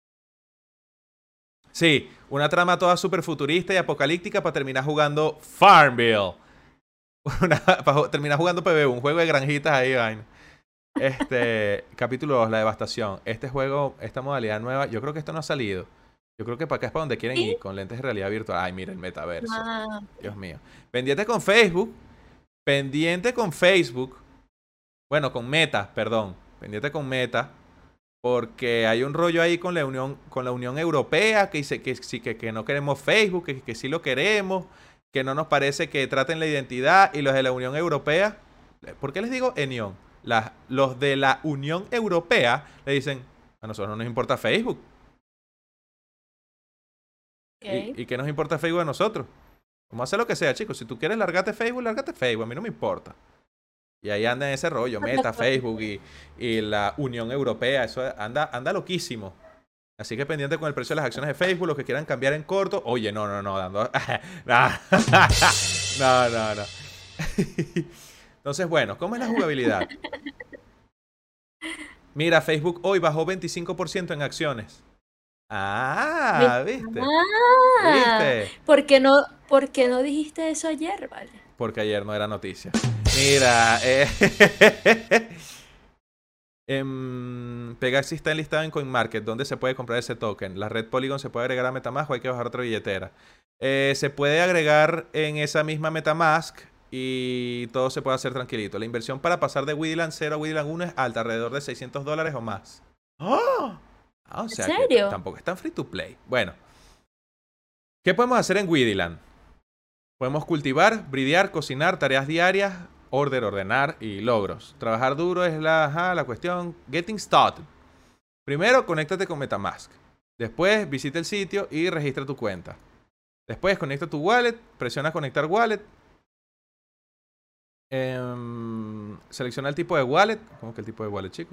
Sí, una trama toda súper futurista y apocalíptica para terminar jugando Farmville. Una, para terminar jugando P B U, un juego de granjitas ahí, vaina. Este, capítulo dos, la devastación. Este juego, esta modalidad nueva, yo creo que esto no ha salido. Yo creo que para acá es para donde quieren ir, con lentes de realidad virtual. Ay, mira el metaverso. Ah, Dios mío. Pendiente con Facebook. Pendiente con Facebook. Bueno, con Meta, perdón. Pendiente con Meta. Porque hay un rollo ahí con la Unión, con la Unión Europea que dice que, que, que, que no queremos Facebook, que, que sí lo queremos, que no nos parece que traten la identidad. Y los de la Unión Europea, ¿por qué les digo Enión? Las, los de la Unión Europea le dicen, a nosotros no nos importa Facebook. ok. ¿Y, ¿Y qué nos importa Facebook a nosotros? Vamos a hacer lo que sea, chicos. Si tú quieres largarte Facebook, lárgate Facebook. A mí no me importa. Y ahí anda en ese rollo, Meta, Facebook y, y la Unión Europea. Eso anda, anda loquísimo. Así que pendiente con el precio de las acciones de Facebook. Los que quieran cambiar en corto. Oye, no, no, no. Dando... no, no, no. Entonces, bueno, ¿cómo es la jugabilidad? Mira, Facebook hoy bajó veinticinco por ciento en acciones. Ah, ¿viste? Ah, ¿Viste? ¿por qué no, por qué no dijiste eso ayer, vale? Porque ayer no era noticia. Mira, eh, em, Pegaxi está enlistado en CoinMarket, donde se puede comprar ese token. La red Polygon se puede agregar a MetaMask o hay que bajar otra billetera. Eh, se puede agregar en esa misma MetaMask y todo se puede hacer tranquilito. La inversión para pasar de Wildyland cero a Wildyland uno es alta, alrededor de seiscientos dólares o más. ¡Oh! Ah, o sea ¿En que serio? tampoco es tan free to play. Bueno, ¿qué podemos hacer en Wildyland? Podemos cultivar, bridear, cocinar, tareas diarias, order, ordenar y logros. Trabajar duro es la, ajá, la cuestión. Getting started. Primero, conéctate con MetaMask. Después, visita el sitio y registra tu cuenta. Después, conecta tu wallet, presiona conectar wallet. Eh, selecciona el tipo de wallet. ¿Cómo que el tipo de wallet, chico?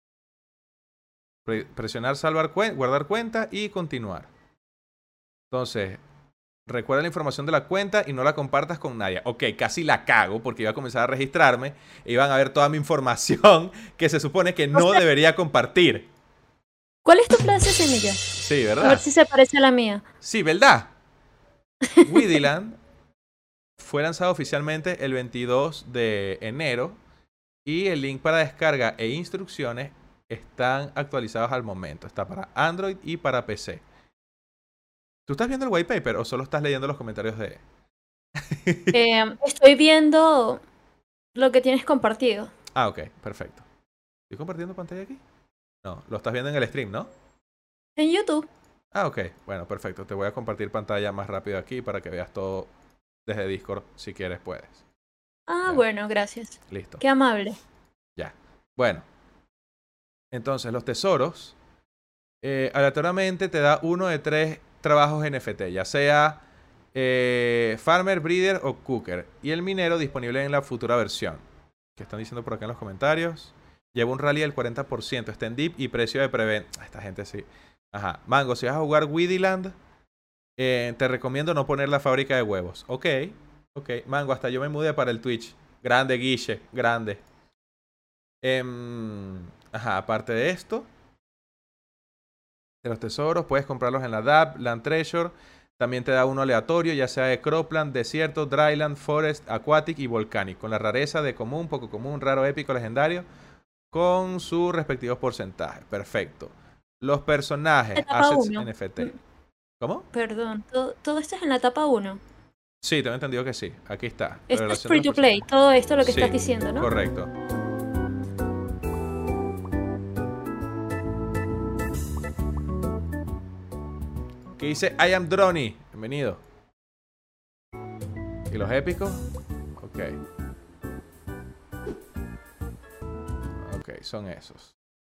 Pre presionar salvar cuen guardar cuenta y continuar. Entonces, recuerda la información de la cuenta y no la compartas con nadie. Ok, casi la cago porque iba a comenzar a registrarme e iban a ver toda mi información que se supone que no O sea, debería compartir. ¿Cuál es tu clase de semilla? Sí, A ver ¿verdad? si se parece a la mía. Sí, ¿verdad? Wildyland fue lanzado oficialmente el veintidós de enero Y el link para descarga e instrucciones están actualizados al momento. Está para Android y para P C. ¿Tú estás viendo el white paper o solo estás leyendo los comentarios de...? Eh, estoy viendo lo que tienes compartido. Ah, ok, perfecto. ¿Estoy compartiendo pantalla aquí? No, lo estás viendo en el stream, ¿no? En YouTube. Ah, ok. Bueno, perfecto. Te voy a compartir pantalla más rápido aquí para que veas todo desde Discord. Si quieres, puedes. Ah, Ya. bueno, gracias. Listo. Qué amable. Ya. Bueno. Entonces, los tesoros eh, aleatoriamente te da uno de tres trabajos N F T, ya sea eh, Farmer, Breeder o Cooker. Y el minero disponible en la futura versión. ¿Qué están diciendo por acá en los comentarios? Lleva un rally del cuarenta por ciento. Está en dip y precio de preventa. Esta gente sí. Ajá. Mango, si vas a jugar Widiland, eh, te recomiendo no poner la fábrica de huevos. Ok. Ok. Mango, hasta yo me mudé para el Twitch. Grande, Guille. Grande. Eh, ajá. Aparte de esto, de los tesoros, puedes comprarlos en la D A P, Land Treasure. También te da uno aleatorio, ya sea de Cropland, Desierto, Dryland, Forest, Aquatic y Volcanic. Con la rareza de común, poco común, raro, épico, legendario. Con sus respectivos porcentajes. Perfecto. Los personajes, Etapa assets uno. N F T. ¿Cómo? Perdón, todo, todo esto es en la etapa uno. Sí, tengo entendido que sí. Aquí está. Esto es Revelación free de los to play, personajes. todo esto lo que Sí, estás diciendo, ¿no? Correcto. ¿Qué dice I am Drony? Bienvenido. ¿Y los épicos? Ok. Ok, son esos.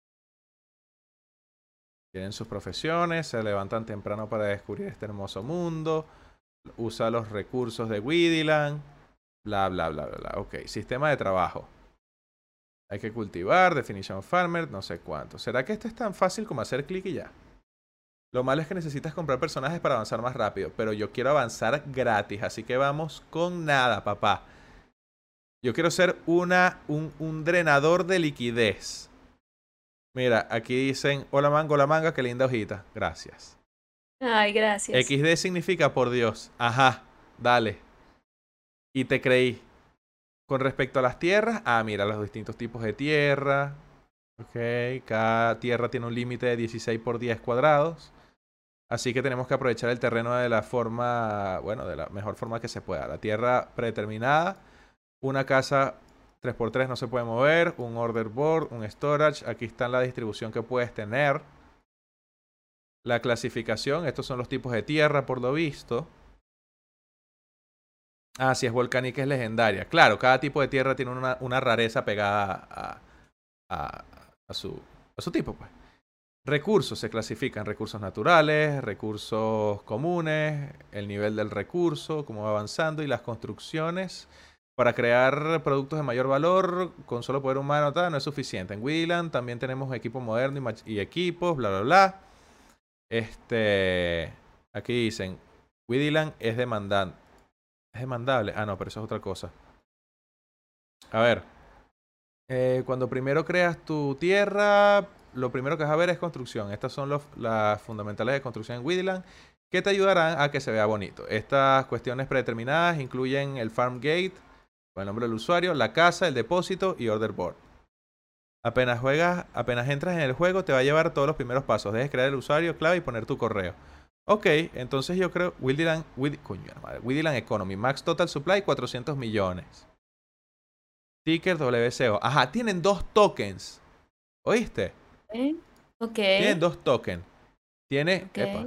Tienen sus profesiones, se levantan temprano para descubrir este hermoso mundo. Usa los recursos de Widiland. Bla, bla, bla, bla, bla. Ok, sistema de trabajo. Hay que cultivar, definition farmer, no sé cuánto. ¿Será que esto es tan fácil como hacer clic y ya? Lo malo es que necesitas comprar personajes para avanzar más rápido. Pero yo quiero avanzar gratis, así que vamos con nada, papá. Yo quiero ser una, un, un drenador de liquidez. Mira, aquí dicen, hola mango, hola manga, qué linda hojita. Gracias. Ay, gracias. equis de significa por Dios. Ajá, dale. Y te creí. Con respecto a las tierras, ah, mira, los distintos tipos de tierra. Ok, cada tierra tiene un límite de dieciséis por diez cuadrados. Así que tenemos que aprovechar el terreno de la forma, bueno, de la mejor forma que se pueda. La tierra predeterminada, una casa tres por tres no se puede mover, un order board, un storage. Aquí está la distribución que puedes tener. La clasificación, estos son los tipos de tierra por lo visto. Ah, si es volcánica es legendaria. Claro, cada tipo de tierra tiene una, una rareza pegada a, a, a, su, a su tipo, pues. Recursos se clasifican, recursos naturales, recursos comunes, el nivel del recurso, cómo va avanzando y las construcciones. Para crear productos de mayor valor, con solo poder humano tal, no es suficiente. En Widiland también tenemos equipo moderno y, y equipos, bla, bla, bla. Este, aquí dicen, Widiland es demandante. ¿Es demandable? Ah, no, pero eso es otra cosa. A ver. Eh, cuando primero creas tu tierra, lo primero que vas a ver es construcción. Estas son los, las fundamentales de construcción en Widiland que te ayudarán a que se vea bonito. Estas cuestiones predeterminadas incluyen el farm gate, con el nombre del usuario, la casa, el depósito y order board. Apenas juegas, apenas entras en el juego, te va a llevar todos los primeros pasos. Debes crear el usuario, clave y poner tu correo. Ok, entonces yo creo Widiland, Wid, coño, madre, Widiland Economy, Max Total Supply cuatrocientos millones. Ticker W C O. Ajá, tienen dos tokens. ¿Oíste? ¿Eh? Ok. Tienen dos tokens. Tiene, Ok. epa,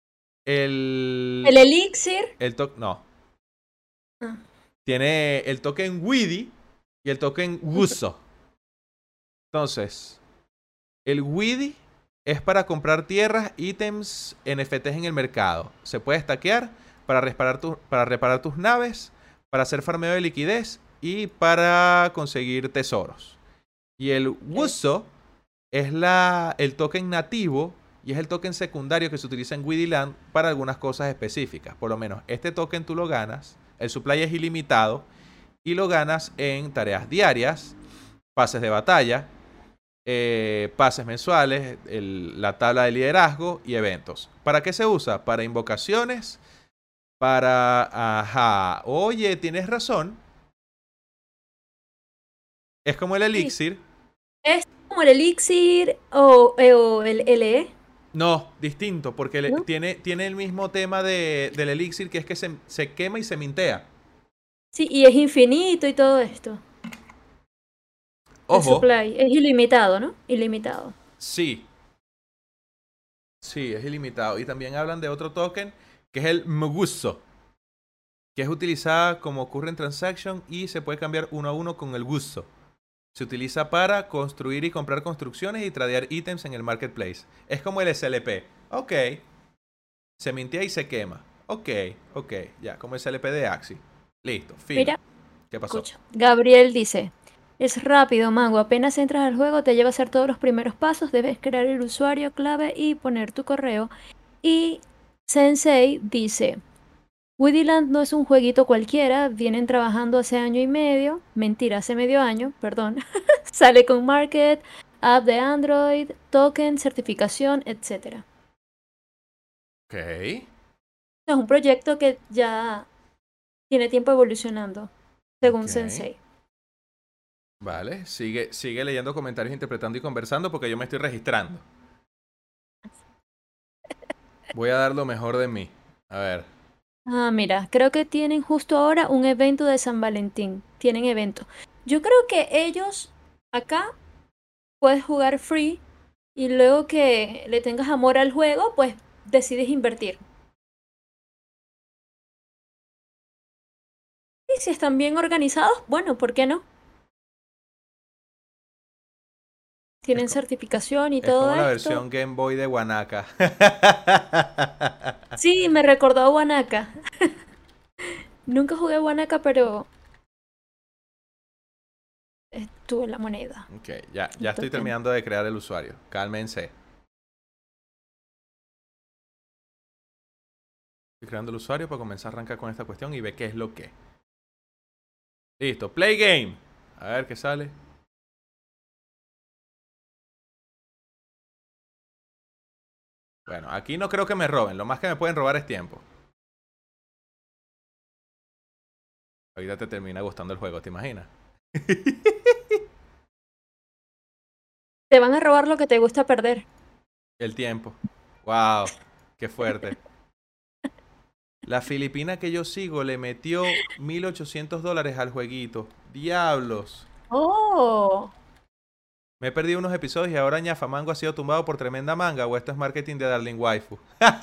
el El elixir. el to, no. Ah. Tiene el token Widi y el token Wuso. Entonces, el Widi es para comprar tierras, ítems, N F Ts en el mercado. Se puede stackear para reparar, tu, para reparar tus naves, para hacer farmeo de liquidez y para conseguir tesoros. Y el Wuso es la, el token nativo y es el token secundario que se utiliza en Widiland para algunas cosas específicas. Por lo menos este token tú lo ganas, el supply es ilimitado y lo ganas en tareas diarias, pases de batalla, Eh, pases mensuales, el, la tabla de liderazgo y eventos. ¿Para qué se usa? Para invocaciones, para... Ajá, oye, tienes razón. Es como el elixir. Es como el elixir o, eh, o el L E. No, distinto, porque le- ¿No? tiene, tiene el mismo tema de, del elixir, que es que se, se quema y se mintea. Sí, y es infinito y todo esto. El Ojo, supply. Es ilimitado, ¿no? Ilimitado. sí. Sí, es ilimitado. Y también hablan de otro token, que es el Mguso, que es utilizada como current transaction y se puede cambiar uno a uno con el gusto. Se utiliza para construir y comprar construcciones y tradear ítems en el marketplace. Es como el S L P. Ok. Se mintea y se quema. Ok, ok. Ya, como el S L P de Axie. Listo, fin. Mira, ¿Qué pasó? escucha. Gabriel dice: es rápido, Mango. Apenas entras al juego, te lleva a hacer todos los primeros pasos. Debes crear el usuario clave y poner tu correo. Y Sensei dice: Woodyland no es un jueguito cualquiera. Vienen trabajando hace año y medio. Mentira, hace medio año, perdón. Sale con Market, app de Android, token, certificación, etcétera. Ok. Es un proyecto que ya tiene tiempo evolucionando, según Ok. Sensei. Vale. Sigue, sigue leyendo comentarios, interpretando y conversando porque yo me estoy registrando. Voy a dar lo mejor de mí. A ver. Ah, mira, creo que tienen justo ahora un evento de San Valentín. Tienen evento. Yo creo que ellos acá puedes jugar free y luego que le tengas amor al juego, pues decides invertir. Y si están bien organizados, bueno, ¿por qué no? Tienen Es co- certificación y Es todo como la esto. versión Game Boy de Wanaka. Sí, me recordó a Wanaka. Nunca jugué a Wanaka, pero eh, tuve la moneda. Ok, ya, ya estoy Token. terminando de crear el usuario. Cálmense. Estoy creando el usuario para comenzar a arrancar con esta cuestión y ver qué es lo que. Listo, play game. A ver qué sale. Bueno, aquí no creo que me roben. Lo más que me pueden robar es tiempo. Ahorita te termina gustando el juego, ¿te imaginas? Te van a robar lo que te gusta perder. El tiempo. Wow, qué fuerte. La filipina que yo sigo le metió mil ochocientos dólares al jueguito. Diablos. Oh, Me he perdido unos episodios y ahora Ñafa Mango ha sido tumbado por tremenda manga o esto es marketing de Darling Waifu.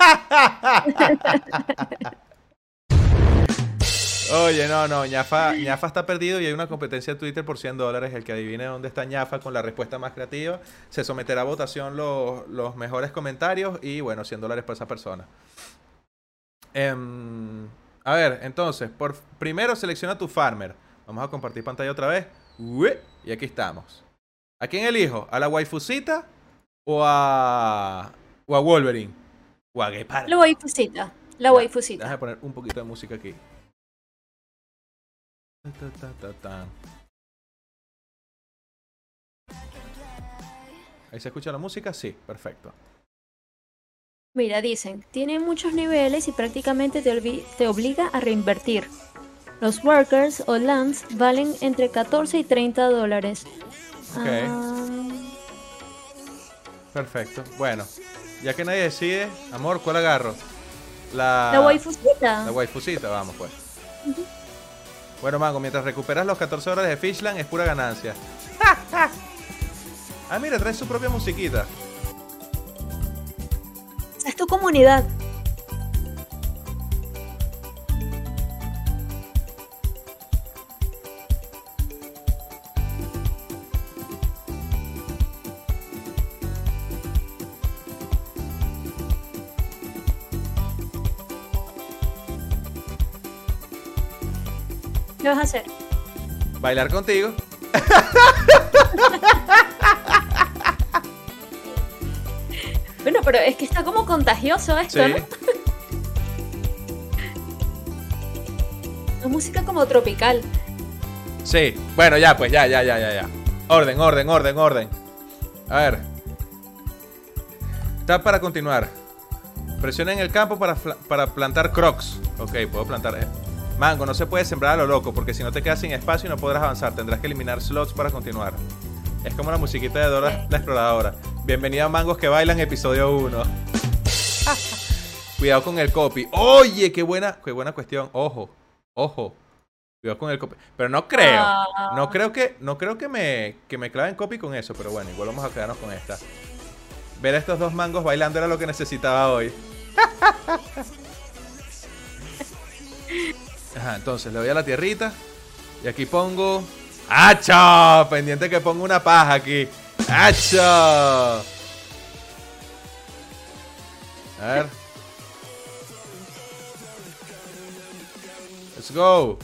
Oye, no, no, Ñafa, Ñafa está perdido y hay una competencia de Twitter por cien dólares. El que adivine dónde está Ñafa con la respuesta más creativa se someterá a votación los, los mejores comentarios y bueno, cien dólares para esa persona. Em, a ver, entonces, por primero selecciona tu farmer. Vamos a compartir pantalla otra vez. Ué, y aquí estamos. ¿A quién elijo? ¿A la waifucita o a o a Wolverine? O a Gepard. la waifusita. La Ya, waifusita. Déjame poner un poquito de música aquí. Ta, ta, ta, ta. ¿Ahí se escucha la música? Sí, perfecto. Mira, dicen, tiene muchos niveles y prácticamente te, olvi- te obliga a reinvertir. Los workers o lands valen entre catorce y treinta dólares. Ok. Ah, Perfecto. Bueno, ya que nadie decide, amor, ¿cuál agarro? La, la waifusita. la waifusita, vamos pues. Bueno, Mango, mientras recuperas los catorce dólares de Fishland es pura ganancia. Ah, mira, trae su propia musiquita. Esa es tu comunidad. ¿Qué vas a hacer? Bailar contigo. Bueno, pero es que está como contagioso esto, Sí. ¿no? Es música como tropical. Sí. Bueno, ya, pues, ya, ya, ya, ya, ya. Orden, orden, orden, orden. A ver. Tap para continuar. Presiona en el campo para, fla- para plantar crocs. Ok, puedo plantar. eh. Mango, no se puede sembrar a lo loco, porque si no te quedas sin espacio y no podrás avanzar. Tendrás que eliminar slots para continuar. Es como la musiquita de Dora la Exploradora. Bienvenido a Mangos que Bailan, episodio uno. Cuidado con el copy. Oye, qué buena, qué buena cuestión. Ojo, ojo. Cuidado con el copy. Pero no creo. Ah. No creo que, no creo que me, que me claven copy con eso. Pero bueno, igual vamos a quedarnos con esta. Ver a estos dos mangos bailando era lo que necesitaba hoy. Ajá, entonces le doy a la tierrita. Y aquí pongo... ¡Acho! Pendiente que pongo una paja aquí. ¡Acho! A ver. Let's go.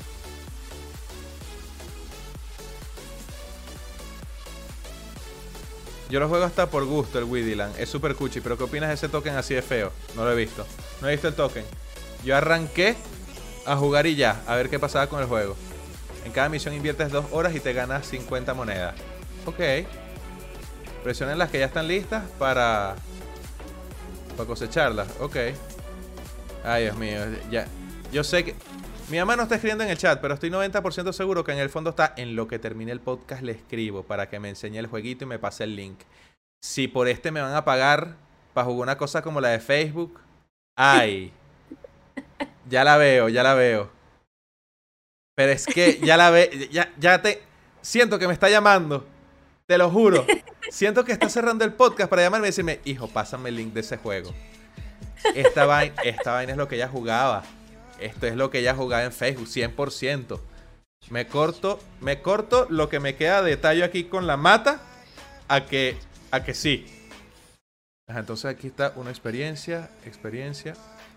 Yo lo juego hasta por gusto, el Widiland. Es super cuchi, pero ¿qué opinas de ese token así de feo? No lo he visto. No he visto el token. Yo arranqué a jugar y ya, a ver qué pasaba con el juego. En cada misión inviertes dos horas y te ganas cincuenta monedas. Ok. Presionen las que ya están listas para, para cosecharlas. Ok. Ay, Dios mío. Ya. Yo sé que... Mi mamá no está escribiendo en el chat, pero estoy noventa por ciento seguro que en el fondo está: en lo que termine el podcast le escribo para que me enseñe el jueguito y me pase el link. Si por este me van a pagar para jugar una cosa como la de Facebook, ay, ya la veo, ya la veo. Pero es que ya la ve, ya, ya te... Siento que me está llamando, te lo juro. Siento que está cerrando el podcast para llamarme y decirme: hijo, pásame el link de ese juego. Esta vaina, esta vaina es lo que ella jugaba. Esto es lo que ella jugaba en Facebook, cien por ciento. Me corto, me corto lo que me queda de tallo aquí con la mata a que, a que sí. Ajá, entonces aquí está una experiencia, experiencia.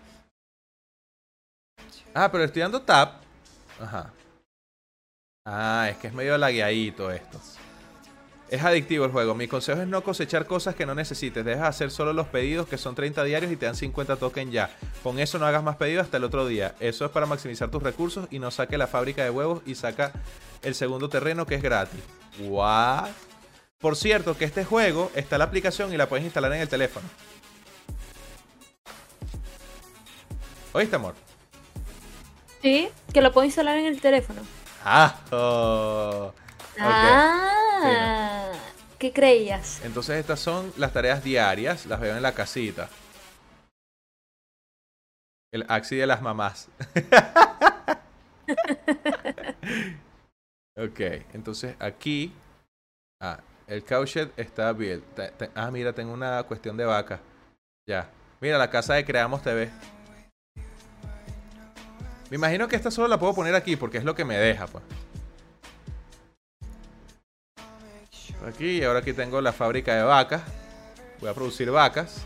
Ah, pero estoy dando tap. Ajá. Ah, es que es medio lagueadito esto. Es adictivo el juego. Mi consejo es no cosechar cosas que no necesites. Deja hacer solo los pedidos, que son treinta diarios, y te dan cincuenta tokens ya. Con eso no hagas más pedidos hasta el otro día. Eso es para maximizar tus recursos y no saque la fábrica de huevos y saca el segundo terreno, que es gratis. What? Por cierto, que este juego está en la aplicación y la puedes instalar en el teléfono. ¿Oíste, amor? Sí, que lo puedo instalar en el teléfono. Ah, oh. Okay. Ah, ¿qué creías? Entonces estas son las tareas diarias. Las veo en la casita. El Axi de las mamás. Ok, entonces aquí... Ah, el cowshed está bien. Ah, mira, tengo una cuestión de vaca. Ya. Mira, la casa de Creamos T V. Me imagino que esta solo la puedo poner aquí porque es lo que me deja, pues. Aquí, y ahora aquí tengo la fábrica de vacas. Voy a producir vacas.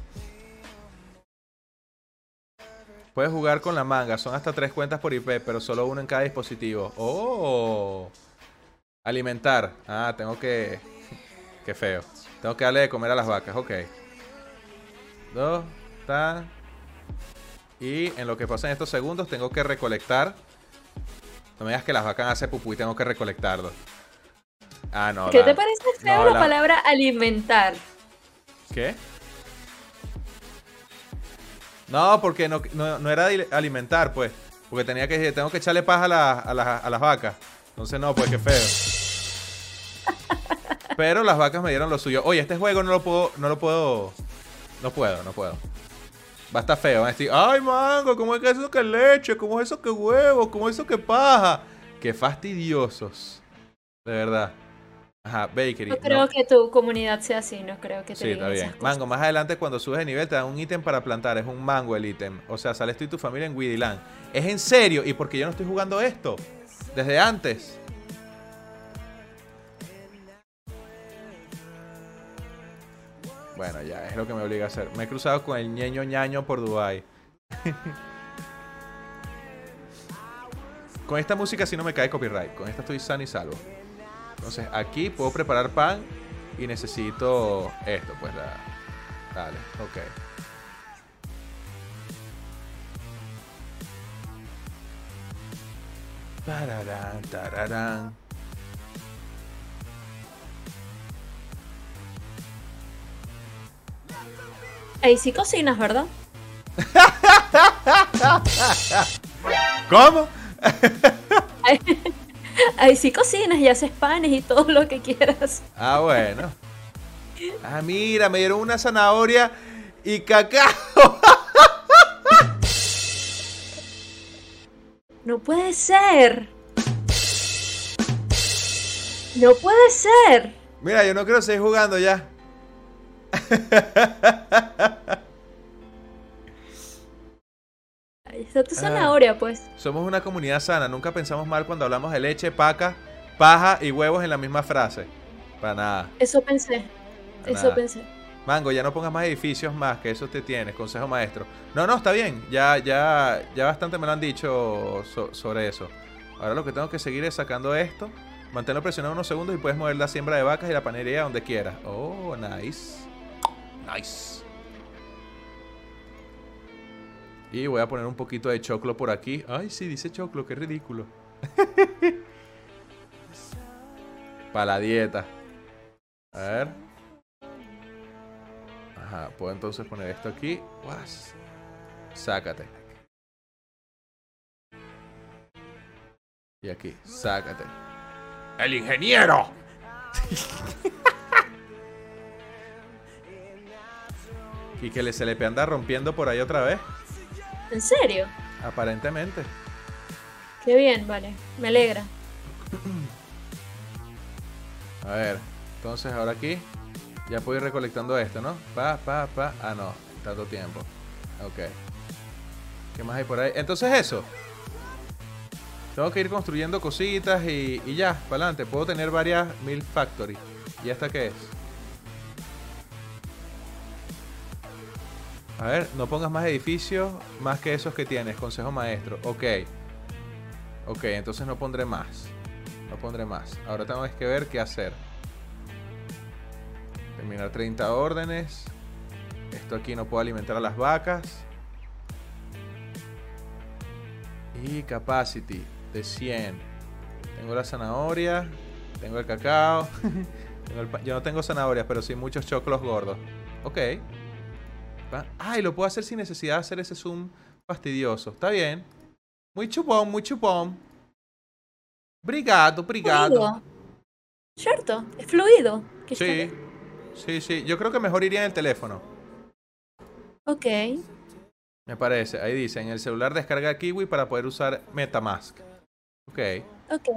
Puedes jugar con la manga. Son hasta tres cuentas por I P, pero solo uno en cada dispositivo. ¡Oh! Alimentar. Ah, tengo que... Qué feo. Tengo que darle de comer a las vacas. Ok. Dos. Ta. Y en lo que pasa en estos segundos tengo que recolectar. No me digas que las vacas hacen pupú y tengo que recolectarlo. Ah, no. ¿Qué la, te parece feo no, la, la palabra alimentar? ¿Qué? No, porque no, no, no era alimentar, pues. Porque tenía que tengo que echarle paja a, la, a, la, a las vacas. Entonces no, pues qué feo. Pero las vacas me dieron lo suyo. Oye, este juego no lo puedo, no lo puedo. No puedo, no puedo. Va a estar feo. Va a decir: ay, mango, ¿cómo es que eso que leche? ¿Cómo es eso que huevo? ¿Cómo es eso que paja? Qué fastidiosos. De verdad. Ajá, bakery. No creo no. que tu comunidad sea así, no creo que te Sí, digan está bien. esas cosas. Mango, más adelante cuando subes de nivel te dan un ítem para plantar. Es un mango el ítem. O sea, sales tú y tu familia en Widiland. ¿Es en serio? ¿Y por qué yo no estoy jugando esto? Desde antes. Bueno, ya, es lo que me obliga a hacer. Me he cruzado con el ñeño ñaño por Dubai. Con esta música sí no me cae copyright. Con esta estoy sano y salvo. Entonces aquí puedo preparar pan y necesito esto, pues la... Dale, ok. Tararán, tararán. Ahí sí cocinas, ¿verdad? ¿Cómo? Ahí, ahí sí cocinas y haces panes y todo lo que quieras. Ah, bueno. Ah, mira, me dieron una zanahoria y cacao. No puede ser. No puede ser. Mira, yo no quiero seguir jugando ya. Ahí está tu zanahoria, pues. Somos una comunidad sana. Nunca pensamos mal cuando hablamos de leche, paca, paja y huevos en la misma frase. Para nada. Eso pensé. Para Eso nada. pensé. Mango, ya no pongas más edificios más, que eso te tienes, consejo maestro. No, no, está bien. Ya, ya, ya bastante me lo han dicho so- sobre eso. Ahora lo que tengo que seguir es sacando esto. Manténlo presionado unos segundos y puedes mover la siembra de vacas y la panería donde quieras. Oh, nice. Nice. Y voy a poner un poquito de choclo por aquí. Ay, sí, dice choclo, qué ridículo. Para la dieta. A ver. Ajá, puedo entonces poner esto aquí. Guas. Sácate. Y aquí, sácate. ¡El ingeniero! Y que le se le anda rompiendo por ahí otra vez. ¿En serio? Aparentemente. Qué bien, vale. Me alegra. A ver, entonces ahora aquí ya puedo ir recolectando esto, ¿no? Pa, pa, pa. Ah, no, tanto tiempo. Ok. ¿Qué más hay por ahí? Entonces eso. Tengo que ir construyendo cositas y, y ya, para adelante. Puedo tener varias Milk Factory. ¿Y esta qué es? A ver, no pongas más edificios más que esos que tienes. Consejo maestro. Ok. Ok, entonces no pondré más. No pondré más. Ahora tengo que ver qué hacer. Terminar treinta órdenes. Esto aquí no puedo alimentar a las vacas. Y capacity de cien. Tengo la zanahoria. Tengo el cacao. Tengo el Yo no tengo zanahorias, pero sí muchos choclos gordos. Ok. Ah, y lo puedo hacer sin necesidad de hacer ese zoom fastidioso. Está bien. Muy chupón, muy chupón. Obrigado, obrigado. Fluido. ¿Cierto? Es fluido. Que está Sí, bien. sí, sí. Yo creo que mejor iría en el teléfono. Ok. Me parece. Ahí dice, en el celular descarga Kiwi para poder usar MetaMask. Ok. Ok.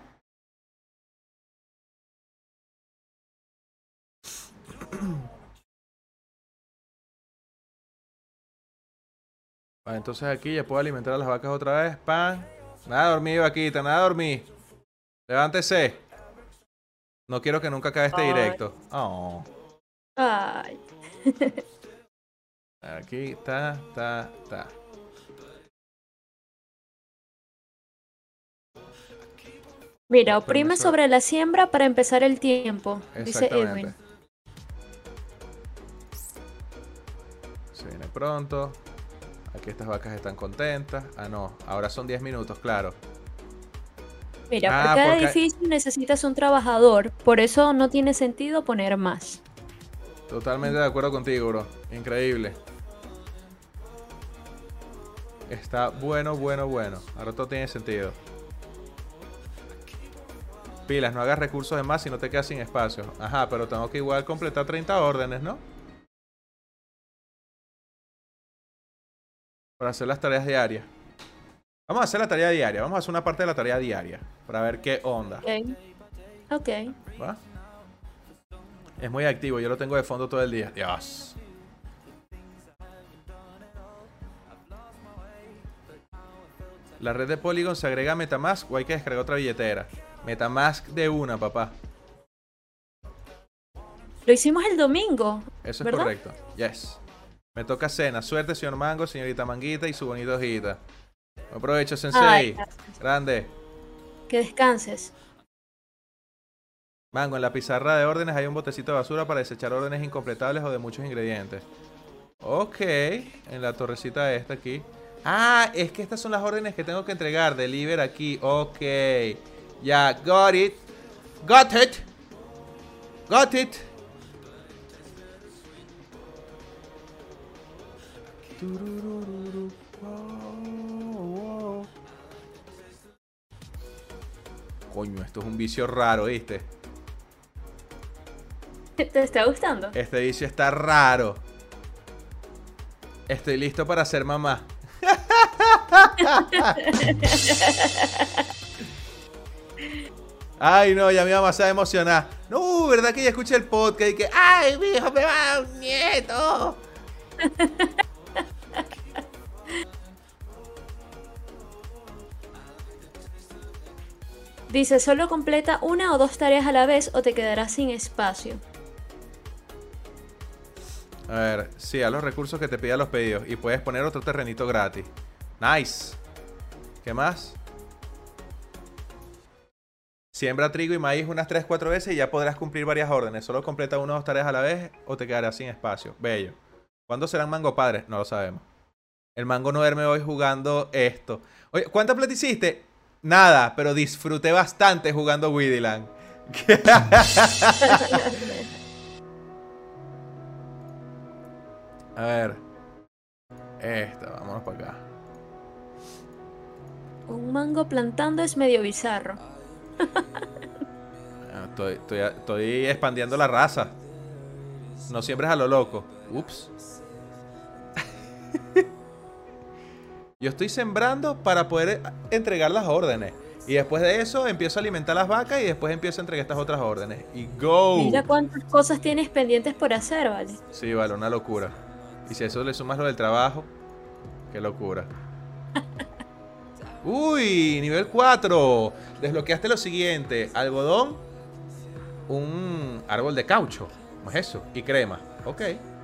Vale, entonces aquí ya puedo alimentar a las vacas otra vez. Pan. Nada dormir, vaquita, nada dormir. Levántese. No quiero que nunca acabe este Ay. directo. Oh. Ay. Aquí está, está, está. Mira, oprime Permiso. sobre la siembra para empezar el tiempo, dice Exactamente. Edwin. Se viene pronto. Aquí estas vacas están contentas. Ah, no. Ahora son diez minutos, claro. Mira, Ah, por cada porque- edificio necesitas un trabajador, por eso no tiene sentido poner más. Totalmente de acuerdo contigo, bro. Increíble. Está bueno, bueno, bueno. Ahora todo tiene sentido. Pilas, no hagas recursos de más si no te quedas sin espacio. Ajá, pero tengo que igual completar treinta órdenes, ¿no? Para hacer las tareas diarias. Vamos a hacer la tarea diaria. Vamos a hacer una parte de la tarea diaria. Para ver qué onda. Ok. Ok. ¿Va? Es muy activo. Yo lo tengo de fondo todo el día. Dios. La red de Polygon se agrega a Metamask o hay que descargar otra billetera. Metamask de una, papá. Lo hicimos el domingo. Eso es ¿verdad? correcto. Yes. Me toca cena. Suerte, señor Mango, señorita Manguita y su bonita hojita. Buen provecho, Sensei. Ay, gracias. Grande. Que descanses. Mango, en la pizarra de órdenes hay un botecito de basura para desechar órdenes incompletables o de muchos ingredientes. Ok. En la torrecita esta aquí. Ah, es que estas son las órdenes que tengo que entregar. Deliver aquí. Ok. Ya, got it. Got it. Got it. Tururururu. Wow, wow. Coño, esto es un vicio raro, ¿viste? ¿Te está gustando? Este vicio está raro. Estoy listo para ser mamá. Ay, no, ya mi mamá se va a emocionar. No, ¿verdad que ya escuché el podcast y que, ay, mi hijo me va a dar un nieto? Dice, solo completa una o dos tareas a la vez o te quedarás sin espacio. A ver, sí, a los recursos que te pida los pedidos. Y puedes poner otro terrenito gratis. Nice. ¿Qué más? Siembra trigo y maíz unas tres cuatro veces y ya podrás cumplir varias órdenes. Solo completa una o dos tareas a la vez o te quedarás sin espacio. Bello. ¿Cuándo serán mango padres? No lo sabemos. El mango no duerme hoy jugando esto. Oye, ¿cuánta plata hiciste? Nada, pero disfruté bastante jugando Widiland. A ver. Esta, vámonos para acá. Un mango plantando es medio bizarro. Estoy, estoy, estoy expandiendo la raza. No siembres a lo loco. Ups. Yo estoy sembrando para poder entregar las órdenes. Y después de eso empiezo a alimentar las vacas y después empiezo a entregar estas otras órdenes. Y go. Mira cuántas cosas tienes pendientes por hacer, ¿vale? Sí, vale, una locura. Y si a eso le sumas lo del trabajo, qué locura. Uy, nivel cuatro. Desbloqueaste lo siguiente: algodón, un árbol de caucho, ¿cómo es eso? Y crema, ok.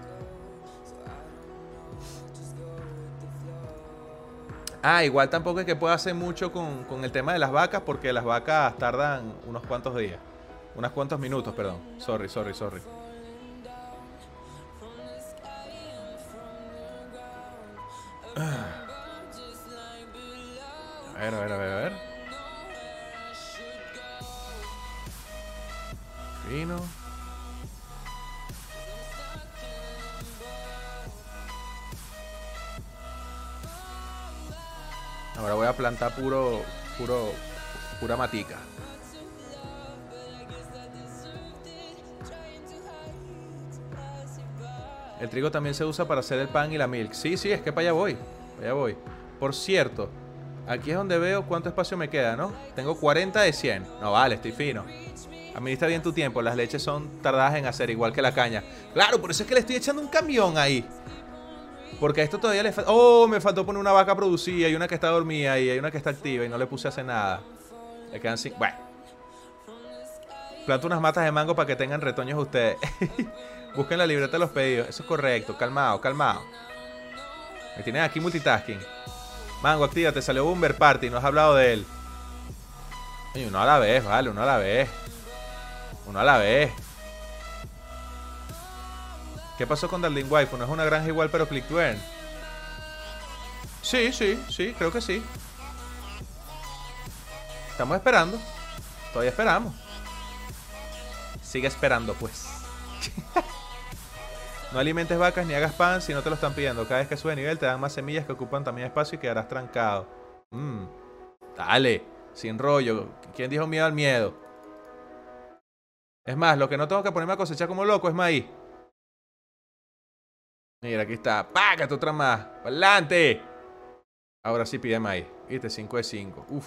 Ah, igual tampoco es que pueda hacer mucho con, con el tema de las vacas, porque las vacas tardan unos cuantos días. Unos cuantos minutos, perdón. Sorry, sorry, sorry. A ver, a ver, a ver, a ver. Fino. Ahora voy a plantar puro, puro, pura matica. El trigo también se usa para hacer el pan y la milk. Sí, sí, es que para allá voy. Para allá voy. Por cierto, aquí es donde veo cuánto espacio me queda, ¿no? Tengo cuarenta de cien. No vale, estoy fino. Administra bien tu tiempo. Las leches son tardadas en hacer, igual que la caña. Claro, por eso es que le estoy echando un camión ahí. Porque a esto todavía le falta... Oh, me faltó poner una vaca producida y una que está dormida y hay una que está activa y no le puse a hacer nada. Le quedan sin... Bueno. Planto unas matas de mango para que tengan retoños ustedes. Busquen la libreta de los pedidos. Eso es correcto. Calmado, calmado. Me tienen aquí multitasking. Mango, actívate. Salió Boomer Party. No has hablado de él. Y uno a la vez, vale. Uno a la vez. Uno a la vez. ¿Qué pasó con Darling Waifu? ¿No es una granja igual pero click to earn? Sí, sí, sí, creo que sí. Estamos esperando. Todavía esperamos. Sigue esperando, pues. No alimentes vacas ni hagas pan si no te lo están pidiendo. Cada vez que sube nivel te dan más semillas que ocupan también espacio y quedarás trancado. Mm. Dale, sin rollo. ¿Quién dijo miedo al miedo? Es más, lo que no tengo que ponerme a cosechar como loco es maíz. Mira, aquí está. ¡Págate otra más! ¡Adelante! Ahora sí pide maíz. Viste, cinco de cinco. Uf.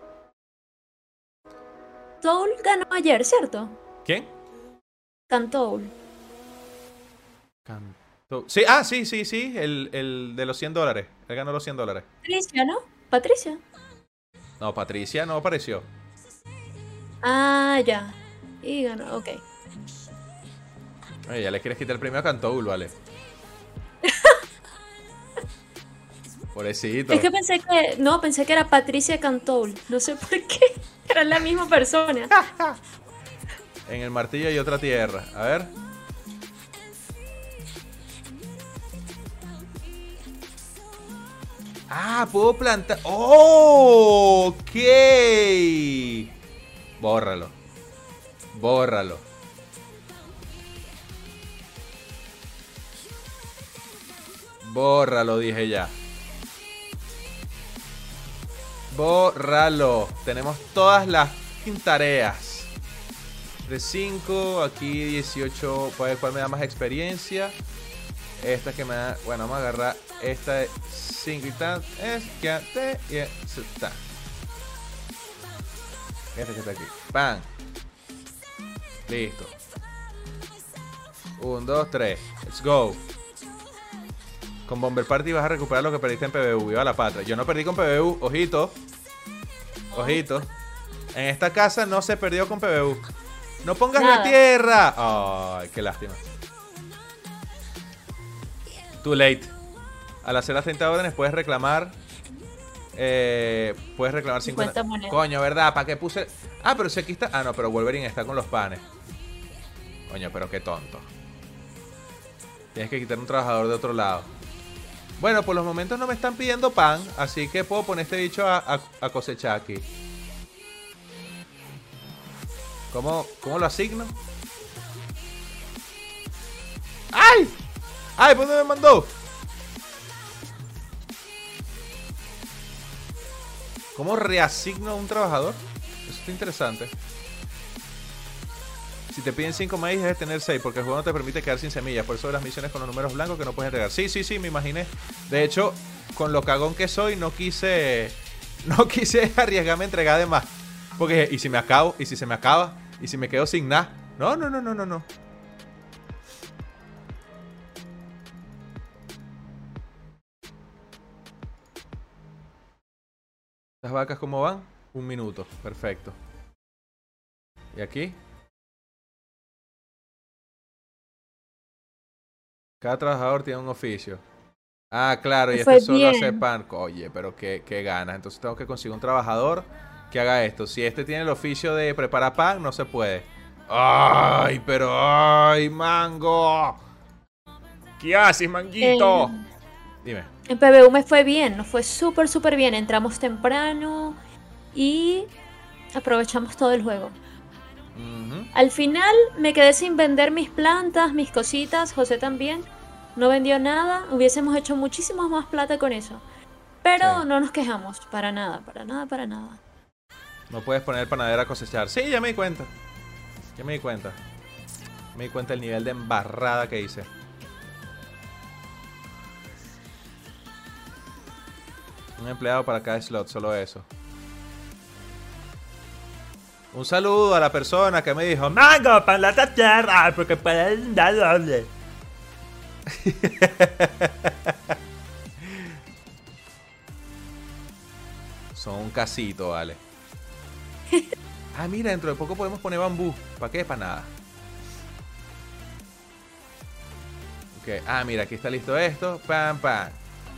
Toul ganó ayer, ¿cierto? ¿Quién? Cantoul. Canto... Sí, ah, sí, sí, sí. El, el de los cien dólares. Él ganó los cien dólares. Patricia, ¿no? Patricia. No, Patricia no apareció. Ah, ya. Y ganó, ok. Oye, ya le quieres quitar el premio a Cantoul, vale. Pobrecito. Es que pensé que... No, pensé que era Patricia Cantoul. No sé por qué. Era la misma persona. En el martillo hay otra tierra. A ver. Ah, puedo plantar. ¡Oh! ¡Ok! Bórralo. Bórralo. Bórralo, dije ya. Bórralo. Tenemos todas las fucking tareas. De cinco, aquí dieciocho, para ver cuál me da más experiencia. Esta que me da, bueno, vamos a agarrar esta de cinco y tal. Es que te y está. Esta que está aquí. ¡Pam! Listo. Un, dos, tres. Let's go. Con Bomber Party vas a recuperar lo que perdiste en P B U. Viva la patria. Yo no perdí con P B U. Ojito. Ojito. En esta casa no se perdió con P B U. No pongas Nada. la tierra. Ay, qué lástima. Too late. Al hacer las treinta órdenes puedes reclamar. Eh, puedes reclamar cincuenta. cincuenta monedas. Coño, ¿verdad? ¿Para qué puse? Ah, pero si aquí está. Ah, no, pero Wolverine está con los panes. Coño, pero qué tonto. Tienes que quitar un trabajador de otro lado. Bueno, por los momentos no me están pidiendo pan, así que puedo poner este bicho a, a, a cosechar aquí. ¿Cómo, ¿Cómo lo asigno? ¡Ay! ¡Ay! ¿Por dónde me mandó? ¿Cómo reasigno a un trabajador? Eso está interesante. Si te piden cinco maíz, debes tener seis, porque el juego no te permite quedar sin semillas. Por eso de las misiones con los números blancos que no puedes entregar. Sí, sí, sí, me imaginé. De hecho, con lo cagón que soy, no quise. No quise arriesgarme a entregar de más. Porque, ¿y si me acabo? ¿Y si se me acaba? ¿Y si me quedo sin nada? No, no, no, no, no, no. ¿Las vacas cómo van? Un minuto, perfecto. ¿Y aquí? Cada trabajador tiene un oficio. Ah, claro, y Fue este solo bien. hace pan. Oye, pero qué, qué ganas. Entonces tengo que conseguir un trabajador que haga esto. Si este tiene el oficio de preparar pan, no se puede. ¡Ay, pero ay, mango! ¿Qué haces, manguito? En, Dime. en P B U me fue bien, nos fue súper, súper bien. Entramos temprano y aprovechamos todo el juego. Ujú. Al final me quedé sin vender mis plantas, mis cositas. José también no vendió nada. Hubiésemos hecho muchísimo más plata con eso. Pero Sí. no nos quejamos, para nada, para nada, para nada. No puedes poner panadera a cosechar. Sí, ya me di cuenta. Ya me di cuenta. Me di cuenta del nivel de embarrada que hice. Un empleado para cada slot, solo eso. Un saludo a la persona que me dijo: ¡Mango, para la tierra! Porque pueden dar doble. Son un casito, vale. Ah, mira, dentro de poco podemos poner bambú. ¿Para qué? Para nada. Ok, ah, mira, aquí está listo esto. Pam, pam.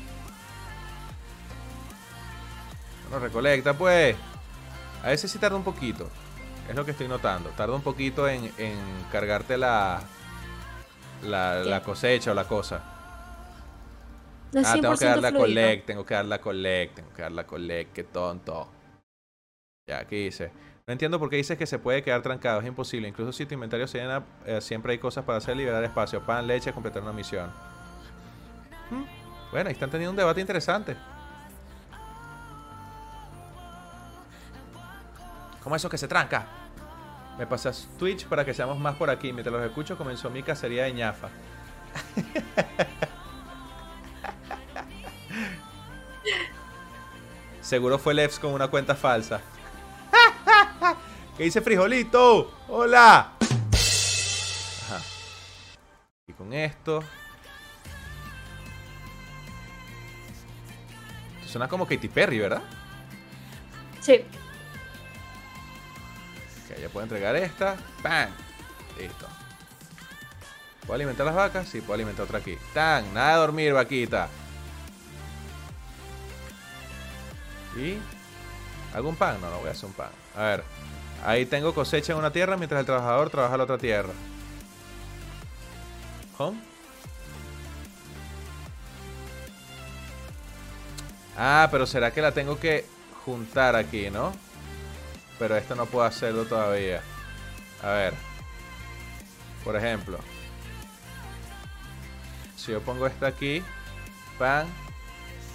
No recolecta, pues. A veces sí tarda un poquito. Es lo que estoy notando. Tarda un poquito en, en cargarte la, la, la cosecha o la cosa. No es Ah, tengo que dar la cien por ciento fluido. collect, tengo que dar la collect, tengo que dar la collect, qué tonto. Ya, aquí dice. No entiendo por qué dices que se puede quedar trancado, es imposible. Incluso si tu inventario se llena, eh, siempre hay cosas para hacer, liberar espacio. Pan, leche, completar una misión. Hmm, Bueno, ahí están teniendo un debate interesante. ¿Cómo eso que se tranca? Me pasas Twitch para que seamos más por aquí. Mientras los escucho comenzó mi cacería de ñafa. Seguro fue Levs con una cuenta falsa. ¿Qué dice Frijolito? ¡Hola! Ajá. Y con esto. Esto suena como Katy Perry, ¿verdad? Sí. Ok, ya puedo entregar esta. ¡Pam! Listo. ¿Puedo alimentar las vacas? Sí, puedo alimentar otra aquí. ¡Tan! Nada de dormir, vaquita. ¿Y? ¿Hago un pan? No, no voy a hacer un pan. A ver. Ahí tengo cosecha en una tierra mientras el trabajador trabaja en la otra tierra. ¿Home? Ah, pero será que la tengo que juntar aquí, ¿no? Pero esto no puedo hacerlo todavía. A ver. Por ejemplo. Si yo pongo esta aquí. Pan.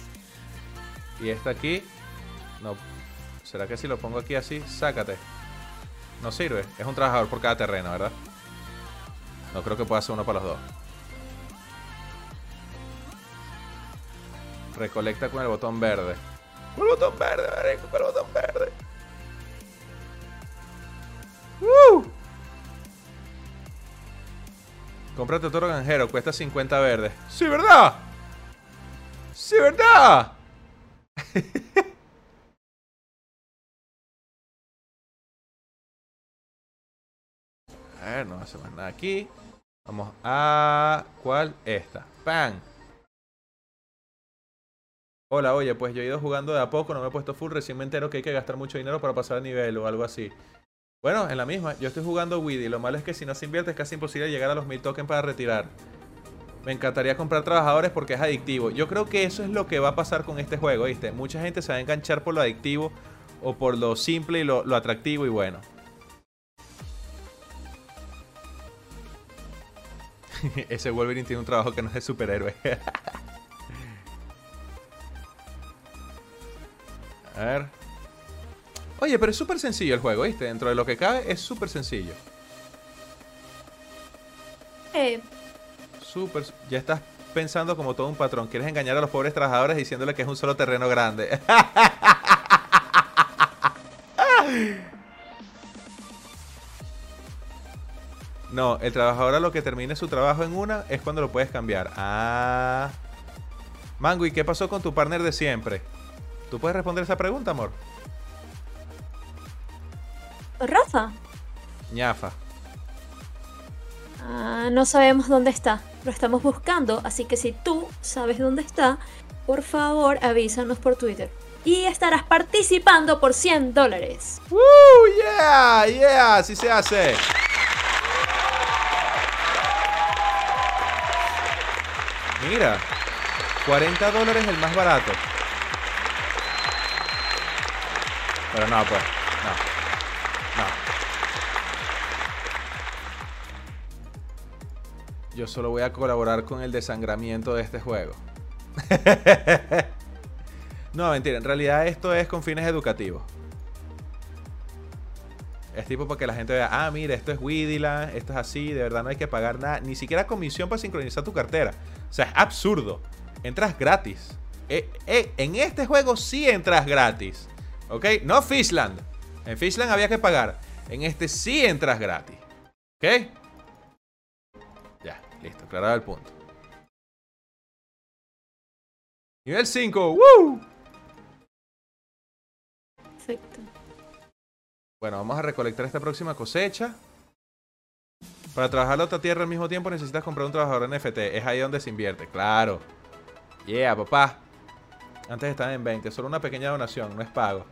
Y esta aquí. No. ¿Será que si lo pongo aquí así? Sácate. No sirve. Es un trabajador por cada terreno, ¿verdad? No creo que pueda ser uno para los dos. Recolecta con el botón verde. Con el botón verde, marico, con el botón verde. ¡Woo! Cómprate otro granjero, cuesta cincuenta verdes. ¡Sí, verdad! ¡Sí, verdad! A ver, no hace más nada aquí. Vamos a... ¿Cuál? Esta. ¡Pam! Hola, oye, pues yo he ido jugando de a poco, no me he puesto full, recién me entero que hay que gastar mucho dinero para pasar el nivel o algo así. Bueno, en la misma, yo estoy jugando Weedy, lo malo es que si no se invierte es casi imposible llegar a los mil tokens para retirar. Me encantaría comprar trabajadores porque es adictivo. Yo creo que eso es lo que va a pasar con este juego, ¿viste? Mucha gente se va a enganchar por lo adictivo o por lo simple y lo, lo atractivo y bueno. Ese Wolverine tiene un trabajo que no es de superhéroe. A ver. Oye, pero es súper sencillo el juego, ¿viste? Dentro de lo que cabe, es súper sencillo. Eh, Súper. Ya estás pensando como todo un patrón. Quieres engañar a los pobres trabajadores diciéndole que es un solo terreno grande. No, el trabajador a lo que termine su trabajo en una es cuando lo puedes cambiar. Ah. Mango, ¿y qué pasó con tu partner de siempre? ¿Tú puedes responder esa pregunta, amor? Rafa. Ñafa. Ah, no sabemos dónde está. Lo estamos buscando, así que si tú sabes dónde está, por favor avísanos por Twitter. Y estarás participando por cien dólares. ¡Woo! ¡Yeah! ¡Yeah! Así se hace. Mira, cuarenta dólares el más barato. Pero no, pues, no. No. Yo solo voy a colaborar con el desangramiento de este juego. No, mentira, en realidad esto es con fines educativos. Es tipo para que la gente vea, ah, mira, esto es Weedyland, esto es así, de verdad no hay que pagar nada, ni siquiera comisión para sincronizar tu cartera. O sea, es absurdo. Entras gratis. Eh, eh, en este juego sí entras gratis. ¿Ok? No Fishland. En Fishland había que pagar. En este sí entras gratis. ¿Ok? Ya, listo, aclarado el punto. Nivel cinco. ¡Woo! Perfecto. Bueno, vamos a recolectar esta próxima cosecha. Para trabajar la otra tierra al mismo tiempo necesitas comprar un trabajador N F T. Es ahí donde se invierte, claro. Yeah, papá. Antes estaban en veinte, solo una pequeña donación, no es pago.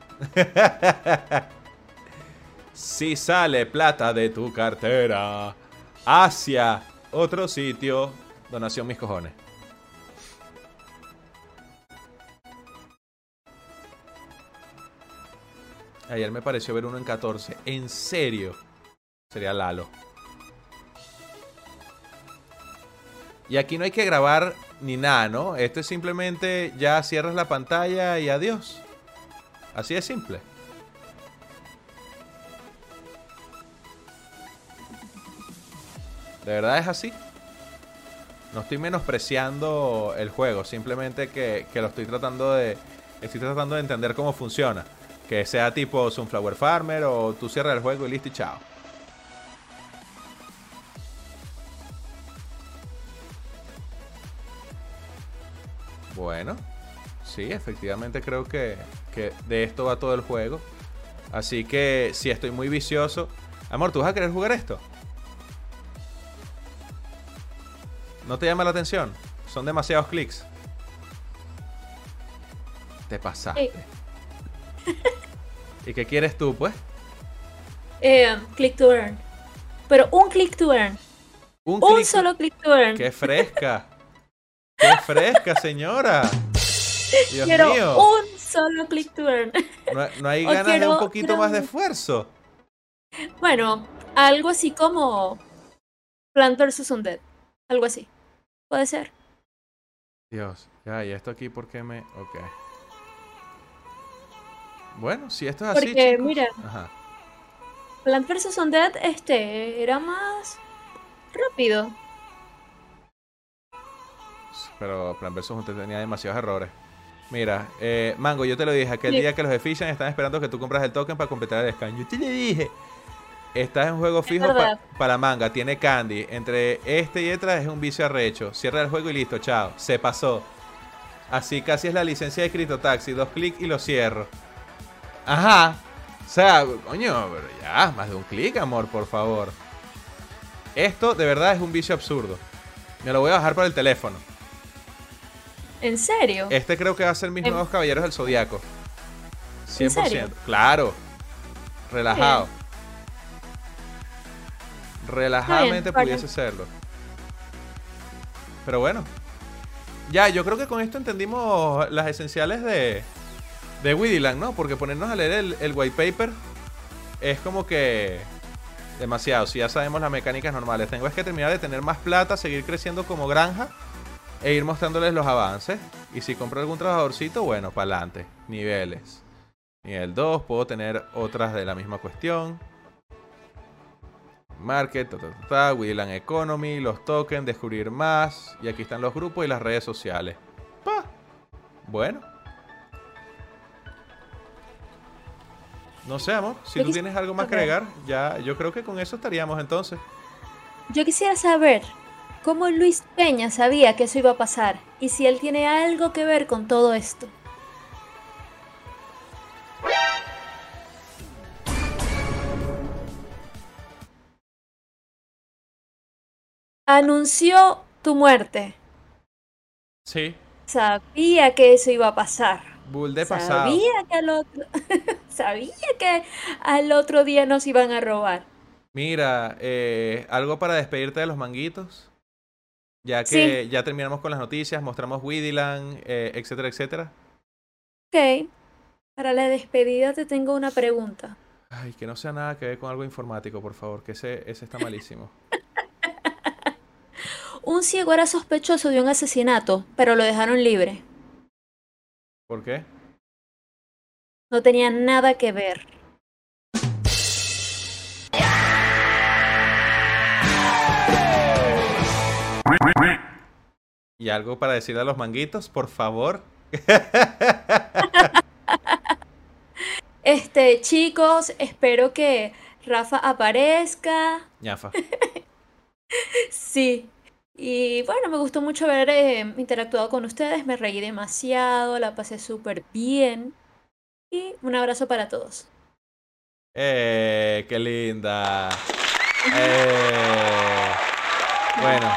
Si sale plata de tu cartera hacia otro sitio, donación mis cojones. Ayer me pareció ver uno en catorce. ¿En serio? Sería Lalo. Y aquí no hay que grabar ni nada, ¿no? Esto es simplemente ya cierras la pantalla y adiós. Así de simple. ¿De verdad es así? No estoy menospreciando el juego, simplemente que, que lo estoy tratando de... Estoy tratando de entender cómo funciona. Que sea tipo Sunflower Farmer o tú cierras el juego y listo y chao. Bueno, sí, efectivamente creo que, que de esto va todo el juego. Así que si estoy muy vicioso. Amor, ¿tú vas a querer jugar esto? ¿No te llama la atención? Son demasiados clics. Te pasaste. Sí. ¿Y qué quieres tú, pues? Eh, click to earn. Pero un click to earn. Un, Un clic- solo click to earn. ¡Qué fresca! ¡Qué fresca, señora! Dios Quiero mío. un solo click to earn. No, no hay O ganas de quiero- un poquito quiero- más de esfuerzo. Bueno, algo así como Plant versus. Undead. Algo así. Puede ser. Dios, ya, y esto aquí, ¿por qué me...? Ok. Bueno, si esto es así, Porque, chicos. mira. Ajá. Plant versus. Undead, este, era más rápido. Pero Plan versus. Undead tenía demasiados errores. Mira, eh, Mango, yo te lo dije, aquel Sí. día que los Efficient están esperando que tú compras el token para completar el scan. Yo te le dije. Estás en un juego fijo verdad. pa- para manga, tiene candy. Entre este y otra es un vicio arrecho. Cierra el juego y listo, chao. Se pasó. Así casi es la licencia de Criptotaxi. Dos clics y lo cierro. Ajá. O sea, coño, pero ya, más de un clic, amor, por favor. Esto de verdad es un vicio absurdo. Me lo voy a bajar para el teléfono. ¿En serio? Este creo que va a ser mis Em- nuevos caballeros del Zodíaco. cien por ciento. serio? Claro. Relajado. Bien. Relajadamente vale. pudiese serlo. Pero bueno. Ya, yo creo que con esto entendimos las esenciales de, de Widiland, ¿no? Porque ponernos a leer el, el white paper es como que demasiado. Si ya sabemos las mecánicas normales. Tengo es que terminar de tener más plata, seguir creciendo como granja e ir mostrándoles los avances. Y si compro algún trabajadorcito, bueno, para adelante. Niveles. Nivel dos, puedo tener otras de la misma cuestión. Market, ta, ta, ta, ta, Widiland Economy, los tokens, descubrir más. Y aquí están los grupos y las redes sociales. Pa. Bueno. No sé, amor. Si Yo tú quis- tienes algo más que Ok. agregar, ya yo creo que con eso estaríamos entonces. Yo quisiera saber cómo Luis Peña sabía que eso iba a pasar y si él tiene algo que ver con todo esto. Anunció tu muerte. Sí. Sabía que eso iba a pasar. Bull de pasado. Sabía que al otro sabía que al otro día nos iban a robar. Mira, eh, algo para despedirte de los manguitos. Ya que ya terminamos con las noticias, mostramos Widiland, eh, etcétera, etcétera. Ok. Para la despedida te tengo una pregunta. Ay, que no sea nada que ver con algo informático, por favor, que ese, ese está malísimo. Un ciego era sospechoso de un asesinato, pero lo dejaron libre. ¿Por qué? No tenía nada que ver. ¿Y algo para decirle a los manguitos, por favor? Este, chicos, espero que Rafa aparezca. Ñafa. Sí. Y bueno, me gustó mucho haber eh, interactuado con ustedes. Me reí demasiado, la pasé súper bien. Y un abrazo para todos. ¡Eh! ¡Qué linda! ¡Eh! Bueno.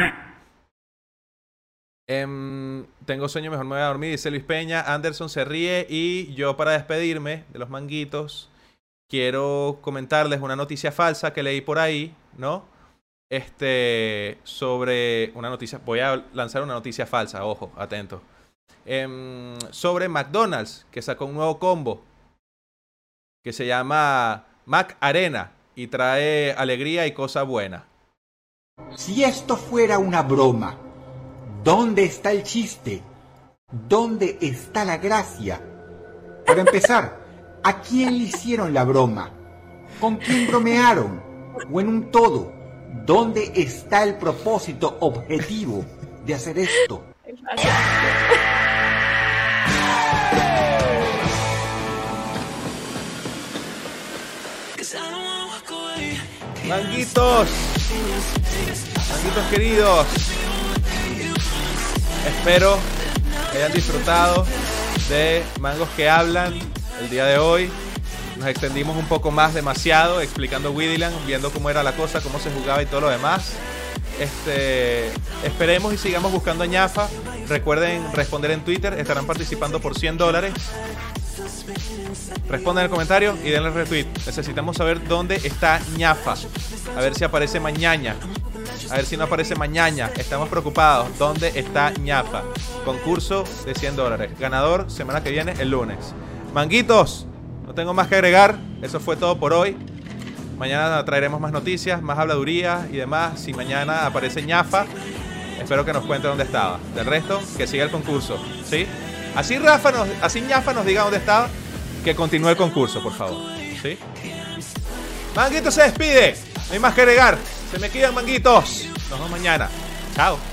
Em, tengo sueño, mejor me voy a dormir, dice Luis Peña. Anderson se ríe. Y yo, para despedirme de los manguitos, quiero comentarles una noticia falsa que leí por ahí, ¿no? Este, sobre una noticia, voy a lanzar una noticia falsa, ojo, atento. Em, sobre McDonald's, que sacó un nuevo combo que se llama Mac Arena y trae alegría y cosa buena. Si esto fuera una broma, ¿dónde está el chiste? ¿Dónde está la gracia? Para empezar, ¿a quién le hicieron la broma? ¿Con quién bromearon? O en un todo, ¿dónde está el propósito objetivo de hacer esto? Manguitos, manguitos queridos, espero que hayan disfrutado de Mangos que Hablan el día de hoy. Nos extendimos un poco más, demasiado, explicando Widiland, viendo cómo era la cosa, cómo se jugaba y todo lo demás. Este, esperemos y sigamos buscando a Ñafa. Recuerden responder en Twitter, estarán participando por cien dólares. Respondan en el comentario y denle retweet. Necesitamos saber dónde está Ñafa. A ver si aparece mañana. A ver si no aparece mañana. Estamos preocupados. ¿Dónde está Ñafa? Concurso de cien dólares. Ganador semana que viene, el lunes. Manguitos, no tengo más que agregar. Eso fue todo por hoy. Mañana traeremos más noticias, más habladurías y demás. Si mañana aparece Ñafa, espero que nos cuente dónde estaba. Del resto, que siga el concurso, ¿sí? Así Rafa nos, así Ñafa nos diga dónde estaba, que continúe el concurso, por favor, ¿sí? Manguito se despide. No hay más que agregar. Se me quedan, Manguitos. Nos vemos mañana. Chao.